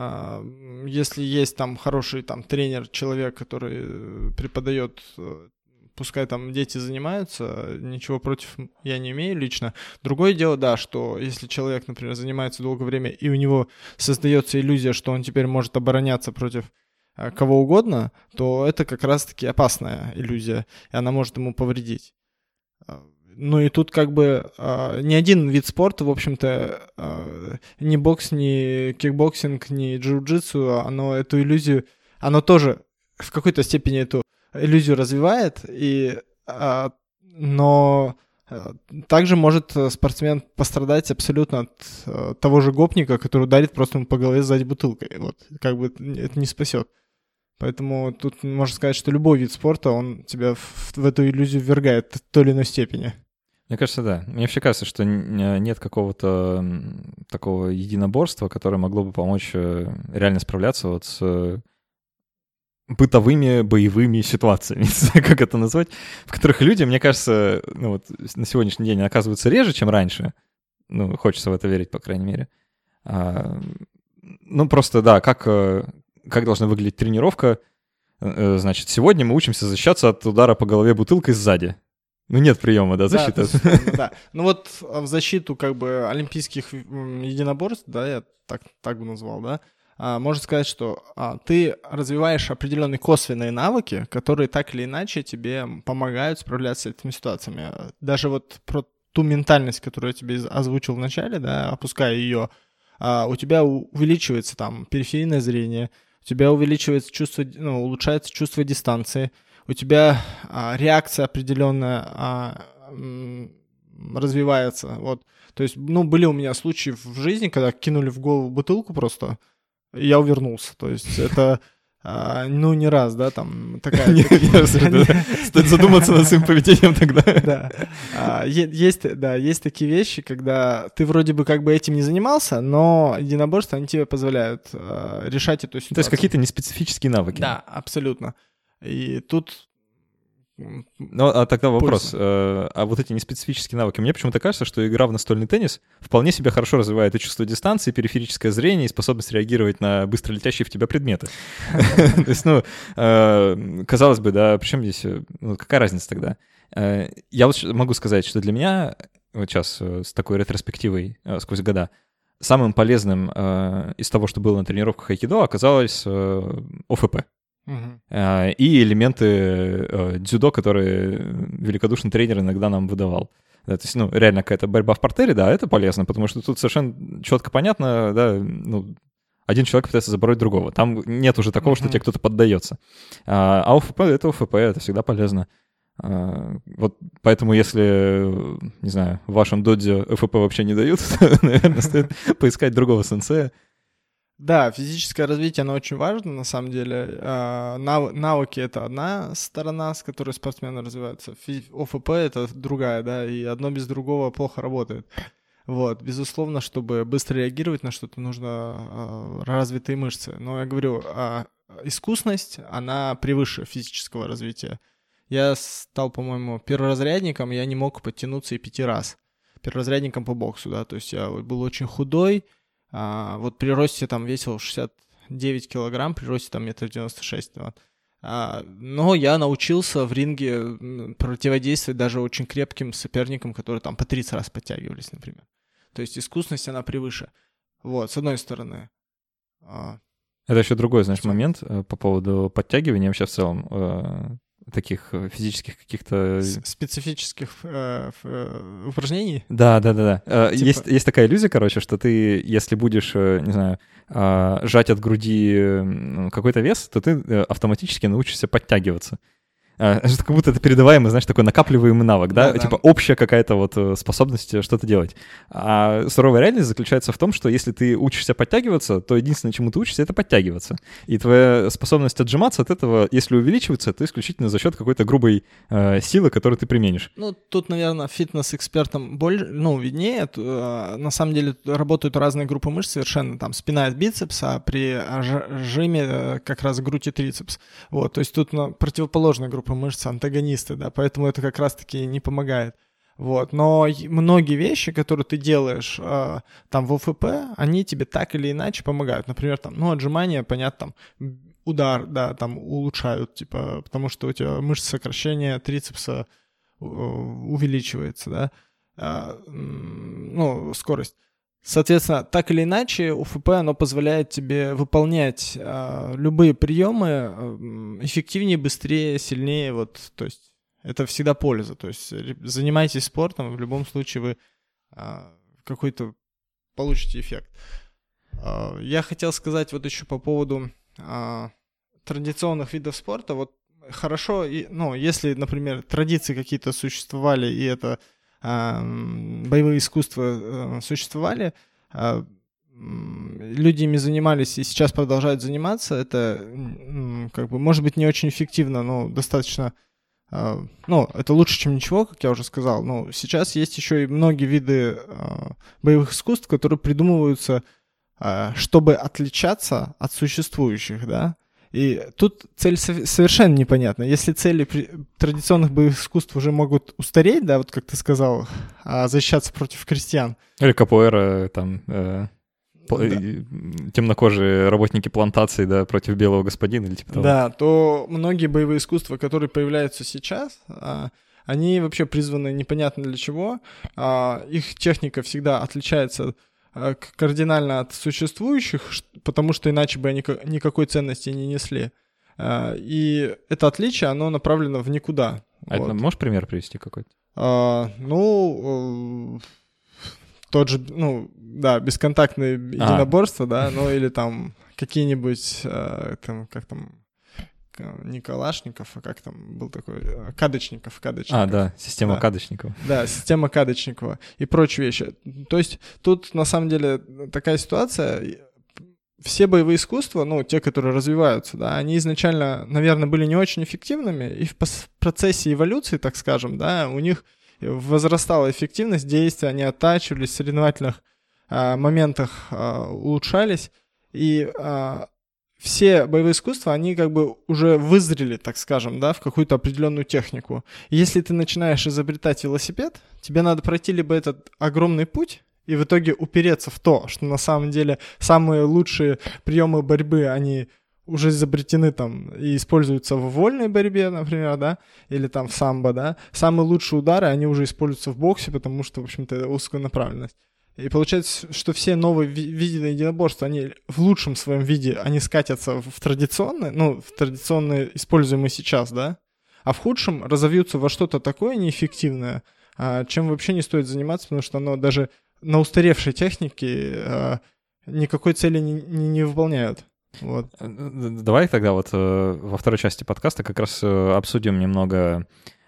[SPEAKER 2] э, если есть там хороший там тренер, человек, который преподает, э, пускай там дети занимаются, ничего против я не имею лично. Другое дело, да, что если человек, например, занимается долгое время, и у него создается иллюзия, что он теперь может обороняться против кого угодно, то это как раз-таки опасная иллюзия, и она может ему повредить. Ну и тут как бы ни один вид спорта, в общем-то, ни бокс, ни кикбоксинг, ни джиу-джитсу, оно эту иллюзию, оно тоже в какой-то степени эту иллюзию развивает, и, но также может спортсмен пострадать абсолютно от того же гопника, который ударит просто ему по голове сзади бутылкой. Вот, как бы это не спасет. Поэтому тут можно сказать, что любой вид спорта, он тебя в, в эту иллюзию ввергает в той или иной степени.
[SPEAKER 1] Мне кажется, да. Мне вообще кажется, что нет какого-то такого единоборства, которое могло бы помочь реально справляться вот с бытовыми боевыми ситуациями, не знаю, как это назвать, в которых люди, мне кажется, ну вот на сегодняшний день оказываются реже, чем раньше. Ну, хочется в это верить, по крайней мере. А, ну, просто, да, как... Как должна выглядеть тренировка? Значит, сегодня мы учимся защищаться от удара по голове бутылкой сзади. Ну, нет приема, да, защиты.
[SPEAKER 2] Да, да. Ну вот в защиту как бы олимпийских единоборств, да, я так, так бы назвал, да, а, можно сказать, что а, ты развиваешь определенные косвенные навыки, которые так или иначе тебе помогают справляться с этими ситуациями. Даже вот про ту ментальность, которую я тебе озвучил в начале, да, опуская ее, а, у тебя увеличивается там периферийное зрение, у тебя увеличивается чувство, ну, улучшается чувство дистанции, у тебя а, реакция определенная а, м, развивается, вот. То есть, ну, были у меня случаи в жизни, когда кинули в голову бутылку просто, и я увернулся. То есть это, а, ну, не раз, да, там такая...
[SPEAKER 1] Стоит задуматься над своим поведением тогда.
[SPEAKER 2] Да. Есть, да, есть такие вещи, когда ты вроде бы как бы этим не занимался, но единоборства, они тебе позволяют решать эту ситуацию.
[SPEAKER 1] То есть какие-то неспецифические навыки.
[SPEAKER 2] Да, абсолютно. И тут...
[SPEAKER 1] Ну, а тогда вопрос. Пульсно. А вот эти неспецифические навыки, мне почему-то кажется, что игра в настольный теннис вполне себя хорошо развивает и чувство дистанции, и периферическое зрение, и способность реагировать на быстро летящие в тебя предметы. То есть, ну, казалось бы, да, причем здесь, какая разница тогда? Я вот могу сказать, что для меня, вот сейчас с такой ретроспективой сквозь года, самым полезным из того, что было на тренировках айкидо, оказалось ОФП. Uh-huh. И элементы дзюдо, которые великодушный тренер иногда нам выдавал. Да, то есть, ну, реально какая-то борьба в партере, да, это полезно, потому что тут совершенно четко понятно, да, ну, один человек пытается забороть другого. Там нет уже такого, uh-huh. что тебе кто-то поддается. А ОФП — это ОФП, это всегда полезно. Вот поэтому, если, не знаю, в вашем доде эф пэ вообще не дают, то, наверное, стоит поискать другого сенсея.
[SPEAKER 2] Да, физическое развитие, оно очень важно, на самом деле. Нав- навыки — это одна сторона, с которой спортсмены развиваются. Фи- о эф пэ — это другая, да, и одно без другого плохо работает. Вот, безусловно, чтобы быстро реагировать на что-то, нужно развитые мышцы. Но я говорю, искусность, она превыше физического развития. Я стал, по-моему, перворазрядником, я не мог подтянуться и пяти раз. Перворазрядником по боксу, да, то есть я был очень худой, а, вот при росте там весил шестьдесят девять килограмм, при росте там метр девяносто шесть. Вот. А, но я научился в ринге противодействовать даже очень крепким соперникам, которые там по тридцать раз подтягивались, например. То есть искусность, она превыше. Вот, с одной стороны.
[SPEAKER 1] Это еще другой, знаешь, момент по поводу подтягивания вообще в целом. Таких физических каких-то...
[SPEAKER 2] Специфических э, э, упражнений?
[SPEAKER 1] Да, да, да, да.
[SPEAKER 2] Типа...
[SPEAKER 1] Есть, есть такая иллюзия, короче, что ты, если будешь, не знаю, сжать от груди какой-то вес, то ты автоматически научишься подтягиваться. Что как будто это передаваемый, знаешь, такой накапливаемый навык, да? да типа да. Общая какая-то вот способность что-то делать. А суровая реальность заключается в том, что если ты учишься подтягиваться, то единственное, чему ты учишься, это подтягиваться. И твоя способность отжиматься от этого, если увеличивается, то исключительно за счет какой-то грубой э, силы, которую ты применишь.
[SPEAKER 2] Ну, тут, наверное, фитнес-экспертам более, ну, виднее. На самом деле работают разные группы мышц совершенно. Там спина и бицепс, а при жиме как раз грудь и трицепс. Вот, то есть тут ну, противоположная группа мышц, антагонисты, да, поэтому это как раз-таки не помогает. Вот, но многие вещи, которые ты делаешь э, там в о эф пэ, они тебе так или иначе помогают. Например, там, ну, отжимания, понятно, там, удар, да, там улучшают, типа, потому что у тебя мышца сокращения трицепса э, увеличивается, да, э, ну, скорость. Соответственно, так или иначе, о эф пэ, оно позволяет тебе выполнять э, любые приемы э, эффективнее, быстрее, сильнее, вот, то есть это всегда польза, то есть занимайтесь спортом, в любом случае вы э, какой-то получите эффект. Э, я хотел сказать вот еще по поводу э, традиционных видов спорта, вот хорошо, и, ну, если, например, традиции какие-то существовали, и это боевые искусства существовали, люди ими занимались и сейчас продолжают заниматься, это, как бы, может быть, не очень эффективно, но достаточно, ну, это лучше, чем ничего, как я уже сказал, но сейчас есть еще и многие виды боевых искусств, которые придумываются, чтобы отличаться от существующих, да. И тут цель совершенно непонятна. Если цели традиционных боевых искусств уже могут устареть, да, вот как ты сказал, а защищаться против крестьян.
[SPEAKER 1] Или капоэра, там, э, да. темнокожие работники плантаций, да, против белого господина или типа того.
[SPEAKER 2] Да, то многие боевые искусства, которые появляются сейчас, они вообще призваны непонятно для чего. Их техника всегда отличается кардинально от существующих, потому что иначе бы они никакой ценности не несли. И это отличие, оно направлено в никуда.
[SPEAKER 1] А вот. Можешь пример привести какой-то?
[SPEAKER 2] А, ну, тот же, ну, да, бесконтактное единоборство, а. да, ну или там какие-нибудь, там, как там, не Калашников, а как там был такой, Кадочников, Кадочников.
[SPEAKER 1] А, да, система
[SPEAKER 2] да.
[SPEAKER 1] Кадочникова.
[SPEAKER 2] Да, система Кадочникова и прочие вещи. То есть тут на самом деле такая ситуация, все боевые искусства, ну, те, которые развиваются, да, они изначально, наверное, были не очень эффективными, и в процессе эволюции, так скажем, да, у них возрастала эффективность действия, они оттачивались, в соревновательных а, моментах а, улучшались, и а, все боевые искусства, они как бы уже вызрели, так скажем, да, в какую-то определенную технику. И если ты начинаешь изобретать велосипед, тебе надо пройти либо этот огромный путь, и в итоге упереться в то, что на самом деле самые лучшие приемы борьбы, они уже изобретены там и используются в вольной борьбе, например, да, или там в самбо, да. Самые лучшие удары, они уже используются в боксе, потому что, в общем-то, это узкая направленность. И получается, что все новые виды единоборства, они в лучшем своем виде, они скатятся в традиционные, ну, в традиционные, используемые сейчас, да, а в худшем разовьются во что-то такое неэффективное, чем вообще не стоит заниматься, потому что оно даже на устаревшей технике никакой цели не, не, не выполняют. Вот.
[SPEAKER 1] Давай тогда вот во второй части подкаста как раз обсудим немного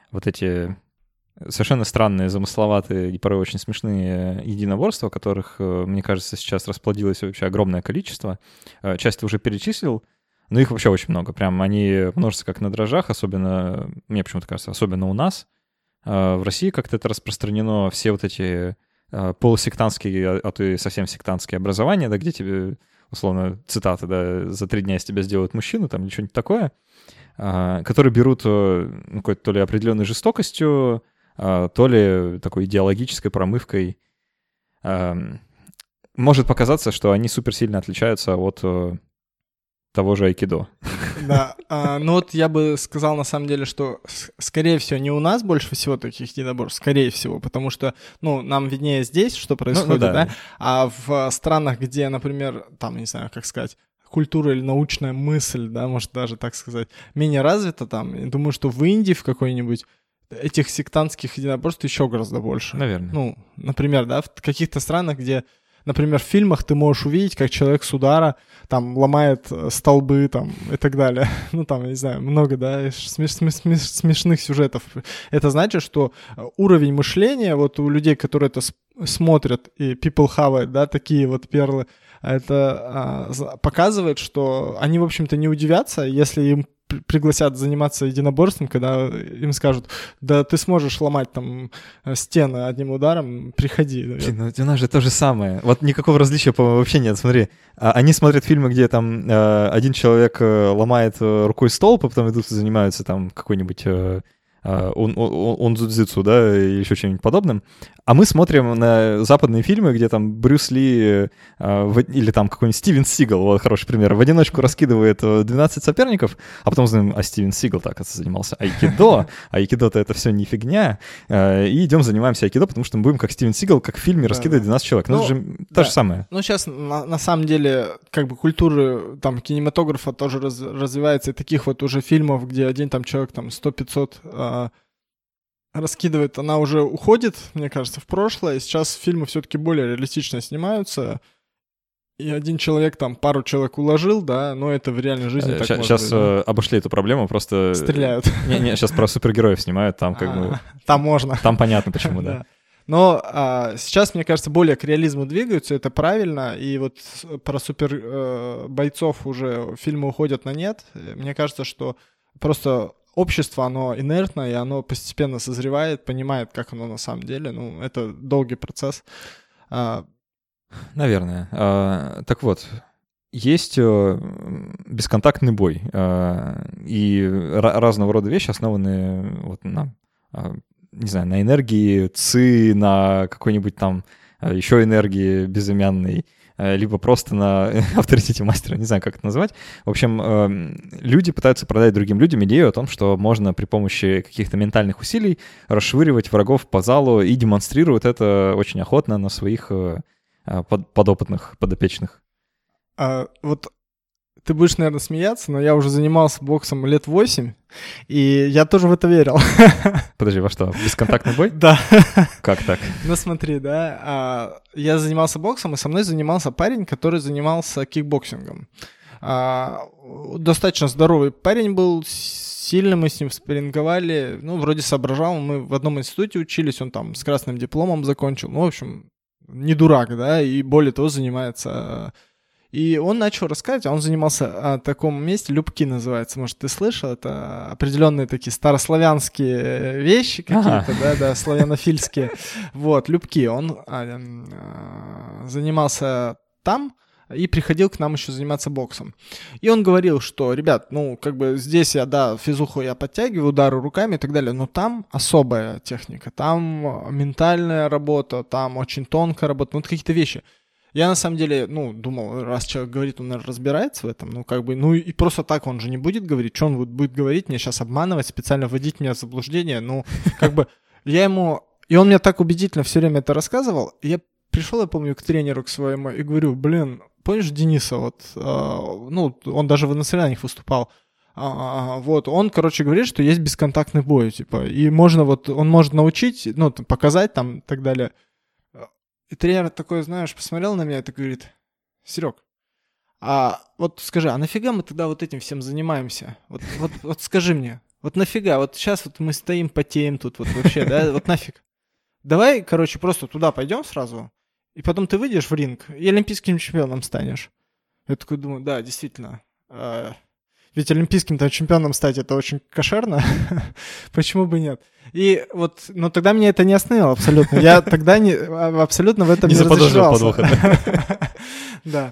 [SPEAKER 1] вот эти совершенно странные, замысловатые и порой очень смешные единоборства, которых, мне кажется, сейчас расплодилось вообще огромное количество. Часть ты уже перечислил, но их вообще очень много. Прям они множатся как на дрожжах, особенно, мне почему-то кажется, особенно у нас. В России как-то это распространено, все вот эти полусектантские, а то и совсем сектантские образования, да, где тебе, условно, цитата, да, за три дня из тебя сделают мужчину, там, или что-нибудь такое, которые берут ну, какой-то то ли определенной жестокостью, то ли такой идеологической промывкой. Может показаться, что они суперсильно отличаются от того же айкидо.
[SPEAKER 2] Да, а, ну вот я бы сказал на самом деле, что, скорее всего, не у нас больше всего таких единоборств, скорее всего, потому что, ну, нам виднее здесь, что происходит, ну, ну, да. да, а в странах, где, например, там, не знаю, как сказать, культура или научная мысль, да, может даже так сказать, менее развита там, я думаю, что в Индии в какой-нибудь этих сектантских единоборств еще гораздо больше.
[SPEAKER 1] Наверное.
[SPEAKER 2] Ну, например, да, в каких-то странах, где... Например, в фильмах ты можешь увидеть, как человек с удара там ломает столбы там и так далее. Ну, там, я не знаю, много, да, смеш- смеш- смешных сюжетов. Это значит, что уровень мышления вот у людей, которые это смотрят, и people have it, да, такие вот перлы, это а, показывает, что они, в общем-то, не удивятся, если им пригласят заниматься единоборством, когда им скажут, да ты сможешь ломать там стены одним ударом, приходи.
[SPEAKER 1] Блин, ну у нас же то же самое. Вот никакого различия, по-моему, вообще нет. Смотри, они смотрят фильмы, где там э, один человек ломает рукой столб, а потом идут и занимаются там какой-нибудь... Э, он, он, он дзюдзюцу, да, или еще чем-нибудь подобным. А мы смотрим на западные фильмы, где там Брюс Ли э, в, или там какой-нибудь Стивен Сигал, вот хороший пример, в одиночку раскидывает двенадцать соперников, а потом знаем, а Стивен Сигал так занимался айкидо, айкидо-то это все не фигня, э, и идем занимаемся айкидо, потому что мы будем как Стивен Сигал, как в фильме, да, раскидывать двенадцать человек. Ну, ну это же да. то же самое.
[SPEAKER 2] Ну, сейчас на, на самом деле как бы культура там кинематографа тоже раз, развивается, и таких вот уже фильмов, где один там человек там сто-пятьсот э, раскидывает, она уже уходит, мне кажется, в прошлое, и сейчас фильмы все-таки более реалистично снимаются, и один человек там пару человек уложил, да, но это в реальной жизни так
[SPEAKER 1] Ща,
[SPEAKER 2] может
[SPEAKER 1] Сейчас
[SPEAKER 2] быть, да?
[SPEAKER 1] обошли эту проблему, просто...
[SPEAKER 2] Стреляют.
[SPEAKER 1] Не-не, сейчас про супергероев снимают, там как бы...
[SPEAKER 2] Там можно.
[SPEAKER 1] Там понятно почему, да.
[SPEAKER 2] Но а, сейчас, мне кажется, более к реализму двигаются, это правильно, и вот про супербойцов э, уже фильмы уходят на нет. Мне кажется, что просто... Общество, оно инертно, и оно постепенно созревает, понимает, как оно на самом деле. Ну, это долгий процесс.
[SPEAKER 1] Наверное. А, так вот, есть бесконтактный бой, а, и р- разного рода вещи основаны вот на, а, не знаю, на энергии ци, на какой-нибудь там еще энергии безымянной, либо просто на авторитете мастера, не знаю, как это назвать. В общем, люди пытаются продать другим людям идею о том, что можно при помощи каких-то ментальных усилий расшвыривать врагов по залу, и демонстрируют это очень охотно на своих подопытных, подопечных.
[SPEAKER 2] А, вот ты будешь, наверное, смеяться, но я уже занимался боксом лет восемь, и я тоже в это верил.
[SPEAKER 1] Подожди, во что? Бесконтактный бой?
[SPEAKER 2] Да.
[SPEAKER 1] Как так?
[SPEAKER 2] Ну смотри, да, я занимался боксом, и со мной занимался парень, который занимался кикбоксингом. Достаточно здоровый парень был, сильно мы с ним спарринговали, ну, вроде соображал, мы в одном институте учились, он там с красным дипломом закончил, ну, в общем, не дурак, да, и более того занимается... И он начал рассказывать, он занимался о таком месте, Любки называется, может, ты слышал, это определенные такие старославянские вещи какие-то, ага. да, да, славянофильские. Вот, Любки, он а, а, занимался там и приходил к нам еще заниматься боксом. И он говорил, что, ребят, ну, как бы здесь я, да, физуху я подтягиваю, удары руками и так далее, но там особая техника, там ментальная работа, там очень тонкая работа, ну, вот какие-то вещи. Я на самом деле, ну, думал, раз человек говорит, он, наверное, разбирается в этом, ну, как бы, ну, и просто так он же не будет говорить, что он будет говорить, мне сейчас обманывать, специально вводить меня в заблуждение, ну, как бы, я ему, и он мне так убедительно все время это рассказывал, и я пришел, я помню, к тренеру, к своему, и говорю, блин, помнишь Дениса, вот, э, ну, он даже в национальных выступал, а, вот, он, короче, говорит, что есть бесконтактный бой, типа, и можно вот, он может научить, ну, показать там и так далее. И тренер такой, знаешь, посмотрел на меня и так говорит, Серег, а вот скажи, а нафига мы тогда вот этим всем занимаемся? Вот, вот, вот скажи мне, Вот нафига? Вот сейчас вот мы стоим, потеем тут вот вообще, да? Вот нафиг. Давай, короче, просто туда пойдем сразу, и потом ты выйдешь в ринг и олимпийским чемпионом станешь. Я такой думаю, да, действительно. Ведь олимпийским чемпионом стать — это очень кошерно. Почему бы нет? И вот, но тогда меня это не остановило абсолютно. Я тогда не, абсолютно в этом не, не разочаровался. Да.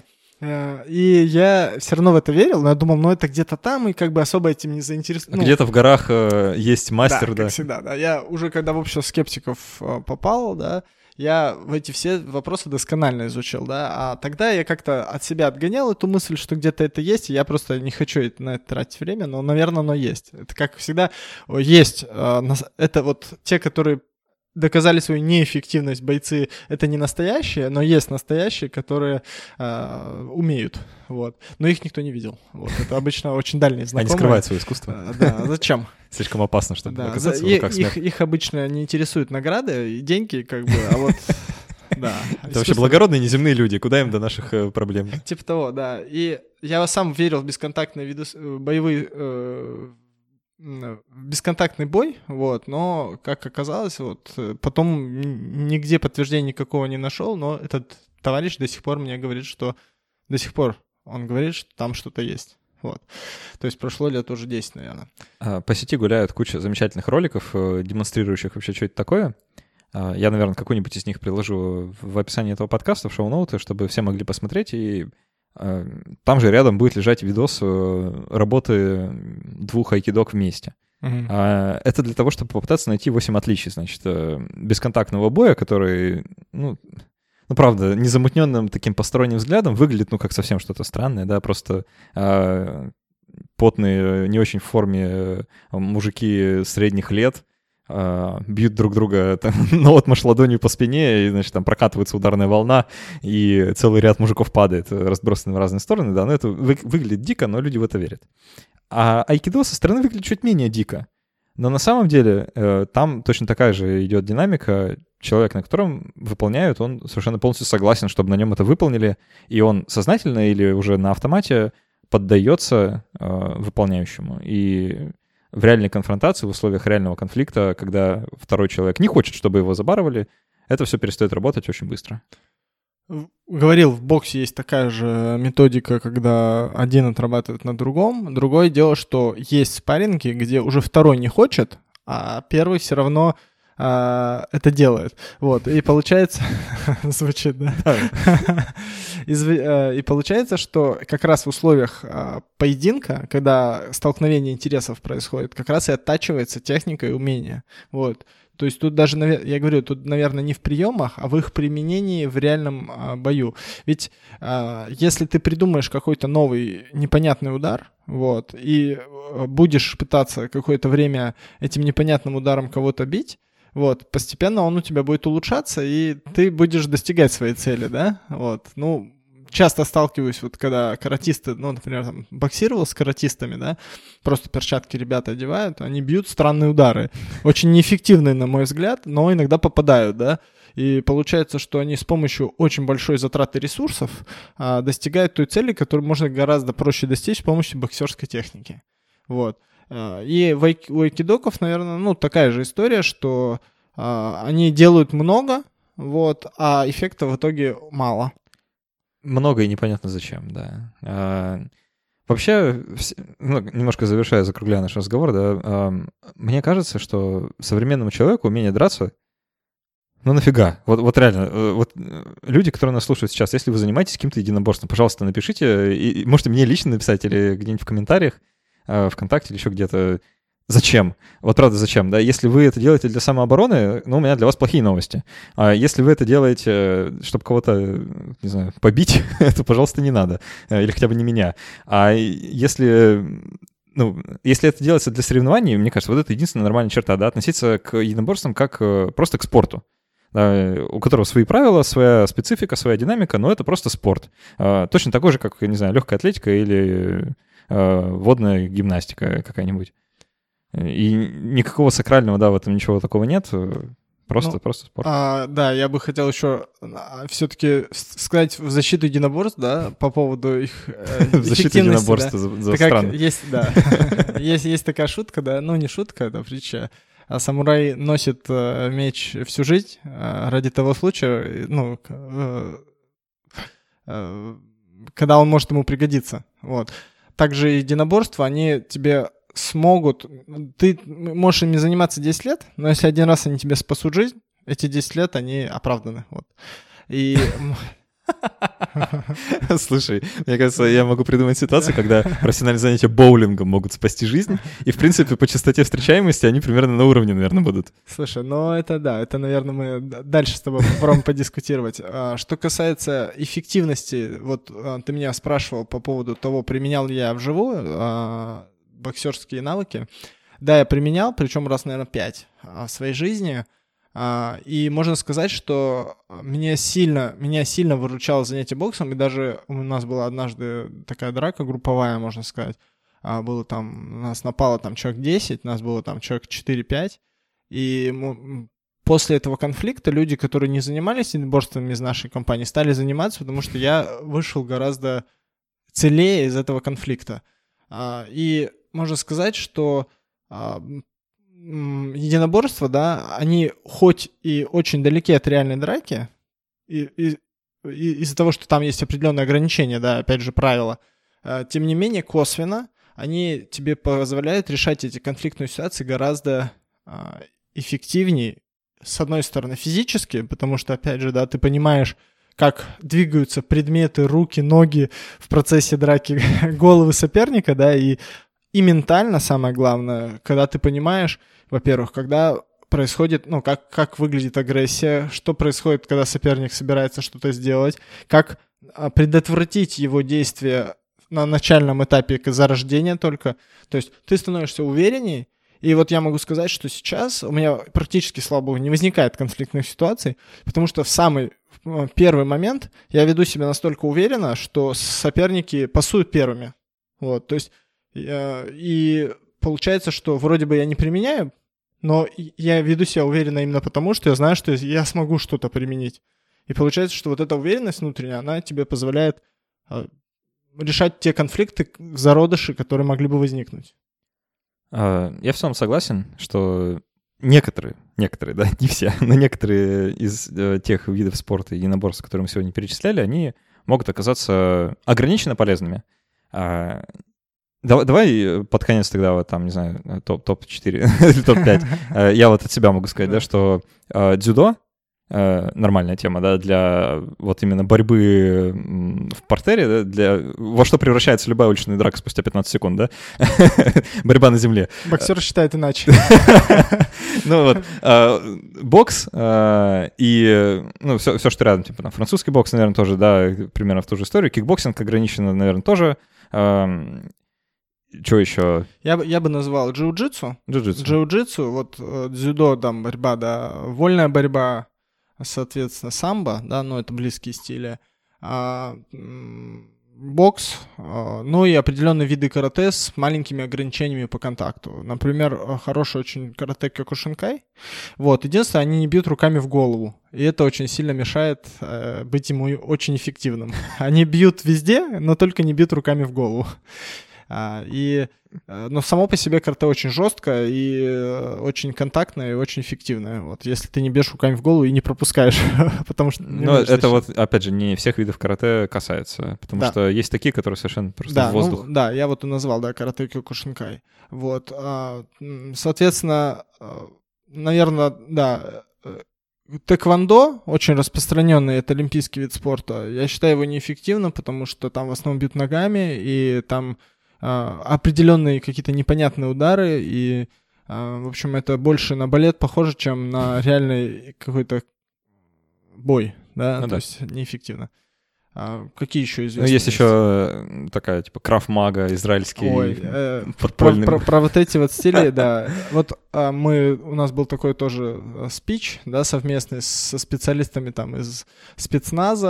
[SPEAKER 2] И я все равно в это верил, но я думал, ну это где-то там, и как бы особо этим не заинтересован.
[SPEAKER 1] Ну, где-то в горах э, есть мастер,
[SPEAKER 2] да.
[SPEAKER 1] Да,
[SPEAKER 2] как всегда, да. Я уже когда в общество скептиков попал, да, я в эти все вопросы досконально изучил, да, а тогда я как-то от себя отгонял эту мысль, что где-то это есть, и я просто не хочу на это тратить время, но, наверное, оно есть. Это, как всегда, есть. Это вот те, которые доказали свою неэффективность, бойцы, это не настоящие, но есть настоящие, которые э, умеют, вот. Но их никто не видел. Вот. Это обычно очень дальние знакомые.
[SPEAKER 1] Они скрывают свое искусство.
[SPEAKER 2] А, да, зачем?
[SPEAKER 1] Слишком опасно, чтобы
[SPEAKER 2] да,
[SPEAKER 1] оказаться
[SPEAKER 2] за...
[SPEAKER 1] в руках
[SPEAKER 2] их, их обычно не интересуют награды и деньги, как бы, а вот... Да.
[SPEAKER 1] Это вообще благородные неземные люди, куда им до наших э, проблем?
[SPEAKER 2] Типа того, да. И я сам верил в бесконтактные виды, боевые... Э, бесконтактный бой, вот, но, как оказалось, вот, потом нигде подтверждения никакого не нашел, но этот товарищ до сих пор мне говорит, что до сих пор он говорит, что там что-то есть. Вот. То есть прошло лет уже десять, наверное.
[SPEAKER 1] По сети гуляют куча замечательных роликов, демонстрирующих вообще, что это такое. Я, наверное, какой-нибудь из них приложу в описании этого подкаста, в шоу-ноуты, чтобы все могли посмотреть, и там же рядом будет лежать видос работы двух айкидок вместе. Uh-huh. Это для того, чтобы попытаться найти восемь отличий, значит, бесконтактного боя, который, ну, ну, правда, незамутненным таким посторонним взглядом выглядит, ну, как совсем что-то странное, да, просто а, потные, не очень в форме мужики средних лет Uh, бьют друг друга там, наотмашь ладонью по спине, и, значит, там прокатывается ударная волна, и целый ряд мужиков падает, разбросанный в разные стороны, да, но это вы, выглядит дико, но люди в это верят. А айкидо со стороны выглядит чуть менее дико, но на самом деле э, там точно такая же идет динамика. Человек, на котором выполняют, он совершенно полностью согласен, чтобы на нем это выполнили, и он сознательно или уже на автомате поддается э, выполняющему, и в реальной конфронтации, в условиях реального конфликта, когда второй человек не хочет, чтобы его забарывали, это все перестает работать очень быстро.
[SPEAKER 2] Говорил, в боксе есть такая же методика, когда один отрабатывает на другом. Другое дело, что есть спарринги, где уже второй не хочет, а первый все равно а, это делает. Вот, и получается... Звучит, да? И получается, что как раз в условиях поединка, когда столкновение интересов происходит, как раз и оттачивается техника и умение. Вот. То есть тут даже, я говорю, тут, наверное, не в приемах, а в их применении в реальном бою. Ведь если ты придумаешь какой-то новый непонятный удар, вот, и будешь пытаться какое-то время этим непонятным ударом кого-то бить, вот, постепенно он у тебя будет улучшаться, и ты будешь достигать своей цели, да, вот, ну, часто сталкиваюсь, вот, когда каратисты, ну, например, там, боксировал с каратистами, да, просто перчатки ребята одевают, они бьют странные удары, очень неэффективные, на мой взгляд, но иногда попадают, да, и получается, что они с помощью очень большой затраты ресурсов а, достигают той цели, которую можно гораздо проще достичь с помощью боксерской техники, вот. И у айкидоков, наверное, ну, такая же история, что а, они делают много, вот, а эффекта в итоге мало.
[SPEAKER 1] Много и непонятно зачем, да. А, вообще, ну, немножко завершая, закругляя наш разговор, да, а, мне кажется, что современному человеку умение драться, ну нафига? Вот, вот реально, вот люди, которые нас слушают сейчас, если вы занимаетесь каким-то единоборством, пожалуйста, напишите, и, можете мне лично написать или где-нибудь в комментариях, ВКонтакте или еще где-то. Зачем? Вот правда, зачем? Да, если вы это делаете для самообороны, ну, у меня для вас плохие новости. А если вы это делаете, чтобы кого-то, не знаю, побить, то, пожалуйста, не надо. Или хотя бы не меня. А если... Ну, если это делается для соревнований, мне кажется, вот это единственная нормальная черта, да, относиться к единоборствам как просто к спорту. Да, у которого свои правила, своя специфика, своя динамика, но это просто спорт. А, точно такой же, как, не знаю, легкая атлетика или а, водная гимнастика какая-нибудь. И никакого сакрального, да, в этом ничего такого нет. Просто,
[SPEAKER 2] Ну,
[SPEAKER 1] просто спорт.
[SPEAKER 2] А, да, я бы хотел еще все-таки сказать в защиту единоборств, да, по поводу их э,
[SPEAKER 1] В защиту
[SPEAKER 2] эффективности,
[SPEAKER 1] единоборства
[SPEAKER 2] да.
[SPEAKER 1] за, за
[SPEAKER 2] Это как
[SPEAKER 1] страну.
[SPEAKER 2] есть, да, есть, есть такая шутка, да, ну не шутка, это притча. А самурай носит э, меч всю жизнь э, ради того случая, ну, э, э, когда он может ему пригодиться. Вот. Также единоборства, они тебе смогут... Ты можешь ими заниматься десять лет, но если один раз они тебе спасут жизнь, эти десять лет, они оправданы. Вот. И...
[SPEAKER 1] Слушай, мне кажется, я могу придумать ситуацию, когда профессиональные занятия боулингом могут спасти жизнь, и, в принципе, по частоте встречаемости они примерно на уровне, наверное, будут.
[SPEAKER 2] Слушай, ну это да, это, наверное, мы дальше с тобой попробуем подискутировать. Что касается эффективности, вот ты меня спрашивал по поводу того, применял ли я вживую боксерские навыки. Да, я применял, причем раз, наверное, пять в своей жизни. И можно сказать, что меня сильно, меня сильно выручало занятие боксом, и даже у нас была однажды такая драка групповая, можно сказать. Было там, у нас напало там человек десять, нас было там человек четыре-пять, и мы, после этого конфликта люди, которые не занимались единоборствами из нашей компании, стали заниматься, потому что я вышел гораздо целее из этого конфликта. И можно сказать, что единоборства, да, они хоть и очень далеки от реальной драки, и, и, и из-за того, что там есть определенные ограничения, да, опять же, правила, тем не менее, косвенно они тебе позволяют решать эти конфликтные ситуации гораздо эффективнее, с одной стороны, физически, потому что, опять же, да, ты понимаешь, как двигаются предметы, руки, ноги в процессе драки, головы соперника, да, и И ментально, самое главное, когда ты понимаешь, во-первых, когда происходит, ну, как, как выглядит агрессия, что происходит, когда соперник собирается что-то сделать, как предотвратить его действия на начальном этапе зарождения только. То есть ты становишься уверенней, и вот я могу сказать, что сейчас у меня практически, слава богу, не возникает конфликтных ситуаций, потому что в самый первый момент я веду себя настолько уверенно, что соперники пасуют первыми. Вот, то есть и получается, что вроде бы я не применяю, но я веду себя уверенно именно потому, что я знаю, что я смогу что-то применить. И получается, что вот эта уверенность внутренняя, она тебе позволяет решать те конфликты, зародыши, которые могли бы возникнуть.
[SPEAKER 1] Я в целом согласен, что некоторые, некоторые, да, не все, но некоторые из тех видов спорта и единоборств, которые мы сегодня перечисляли, они могут оказаться ограниченно полезными. Давай, давай под конец тогда вот там, не знаю, топ, топ-четыре или топ-пять. Я вот от себя могу сказать, да, что дзюдо — нормальная тема, да, для вот именно борьбы в партере, да, для... во что превращается любая уличная драка спустя пятнадцать секунд, да? Борьба на земле.
[SPEAKER 2] Боксер считает иначе.
[SPEAKER 1] Ну вот, бокс и, ну, все, все, что рядом, типа, там, французский бокс, наверное, тоже, да, примерно в ту же историю. Кикбоксинг ограниченно, наверное, тоже. Что еще?
[SPEAKER 2] Я бы, я бы назвал джиу-джитсу.
[SPEAKER 1] Джиу-джитсу.
[SPEAKER 2] Джиу-джитсу, вот дзюдо, там, борьба, да, вольная борьба, соответственно, самбо, да, ну, это близкие стили. А, бокс, а, ну и определенные виды карате с маленькими ограничениями по контакту. Например, хороший очень карате Кёкушинкай. Вот, единственное, они не бьют руками в голову. И это очень сильно мешает э, быть ему очень эффективным. Они бьют везде, но только не бьют руками в голову. А, и, но само по себе карате очень жестко и очень контактное и очень эффективное. Вот, если ты не бьешь руками в голову и не пропускаешь, потому что...
[SPEAKER 1] Ну, это защищать. Вот, опять же, не всех видов карате касается, потому да. что есть такие, которые совершенно просто
[SPEAKER 2] да,
[SPEAKER 1] в воздух.
[SPEAKER 2] Ну, да, я вот и назвал, да, карате Кёкушинкай. Вот, а, соответственно, наверное, да... Тэквондо, очень распространенный, это олимпийский вид спорта. Я считаю его неэффективным, потому что там в основном бьют ногами, и там э, определенные какие-то непонятные удары, и, э, в общем, это больше на балет похоже, чем на реальный какой-то бой, да, ну, то да. есть неэффективно. А какие еще известные?
[SPEAKER 1] Ну, есть еще такая, типа, краф-мага, израильский,
[SPEAKER 2] Ой, э,
[SPEAKER 1] подпольный.
[SPEAKER 2] Про, про, про вот эти вот стили, да. Вот а, мы, у нас был такой тоже спич, да, совместный со специалистами там из спецназа,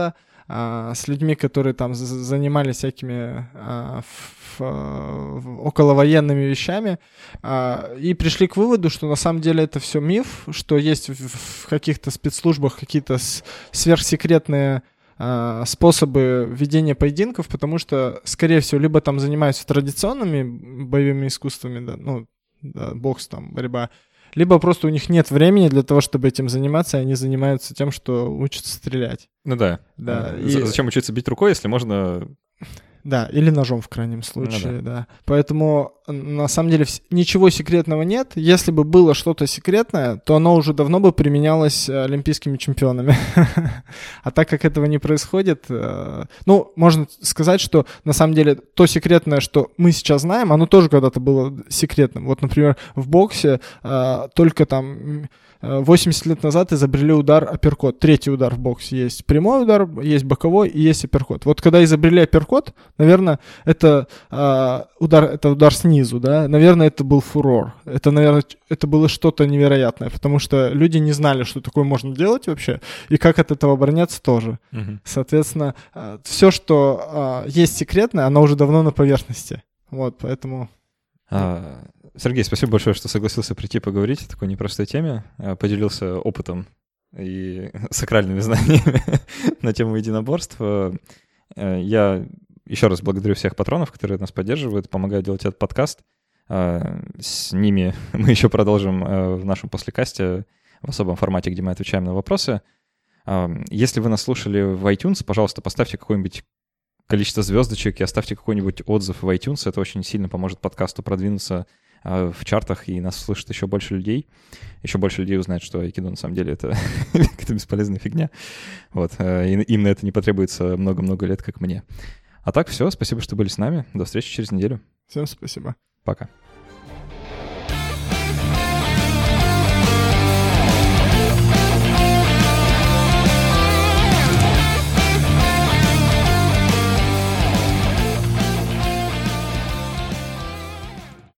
[SPEAKER 2] а, с людьми, которые там з- занимались всякими а, ф- ф- околовоенными вещами, а, и пришли к выводу, что на самом деле это все миф, что есть в, в каких-то спецслужбах какие-то с- сверхсекретные а, способы ведения поединков, потому что, скорее всего, либо там занимаются традиционными боевыми искусствами, да, ну, да, бокс, там, борьба, либо просто у них нет времени для того, чтобы этим заниматься, и они занимаются тем, что учатся стрелять.
[SPEAKER 1] Ну да.
[SPEAKER 2] Да,
[SPEAKER 1] А,
[SPEAKER 2] и-
[SPEAKER 1] з- Зачем учиться бить рукой, если можно...
[SPEAKER 2] Да, или ножом в крайнем случае,
[SPEAKER 1] Ну
[SPEAKER 2] да. Поэтому, на самом деле, вс- ничего секретного нет. Если бы было что-то секретное, то оно уже давно бы применялось э, олимпийскими чемпионами. А так как этого не происходит, э, ну, можно сказать, что, на самом деле, то секретное, что мы сейчас знаем, оно тоже когда-то было секретным. Вот, например, в боксе э, только там... восемьдесят лет назад изобрели удар апперкот. Третий удар в боксе есть. Прямой удар, есть боковой и есть апперкот. Вот когда изобрели апперкот, наверное, это э, удар, это удар снизу, да. Наверное, это был фурор. Это, наверное, это было что-то невероятное, потому что люди не знали, что такое можно делать вообще, и как от этого обороняться тоже.
[SPEAKER 1] Мгм.
[SPEAKER 2] Соответственно, э, все, что э, есть секретное, оно уже давно на поверхности. Вот, поэтому...
[SPEAKER 1] А, Сергей, спасибо большое, что согласился прийти поговорить о такой непростой теме, а, поделился опытом и сакральными знаниями на тему единоборств. А, Я еще раз благодарю всех патронов, которые нас поддерживают, помогают делать этот подкаст. А, С ними мы еще продолжим а, в нашем послекасте в особом формате, где мы отвечаем на вопросы. А, Если вы нас слушали в iTunes, пожалуйста, поставьте какой-нибудь количество звездочек и оставьте какой-нибудь отзыв в iTunes. Это очень сильно поможет подкасту продвинуться а, в чартах, и нас слышит еще больше людей. Еще больше людей узнает, что айкидо на самом деле это какая-то бесполезная фигня. Вот. а, и Им на это не потребуется много-много лет, как мне. А так все, спасибо, что были с нами. До встречи через неделю.
[SPEAKER 2] Всем спасибо.
[SPEAKER 1] Пока.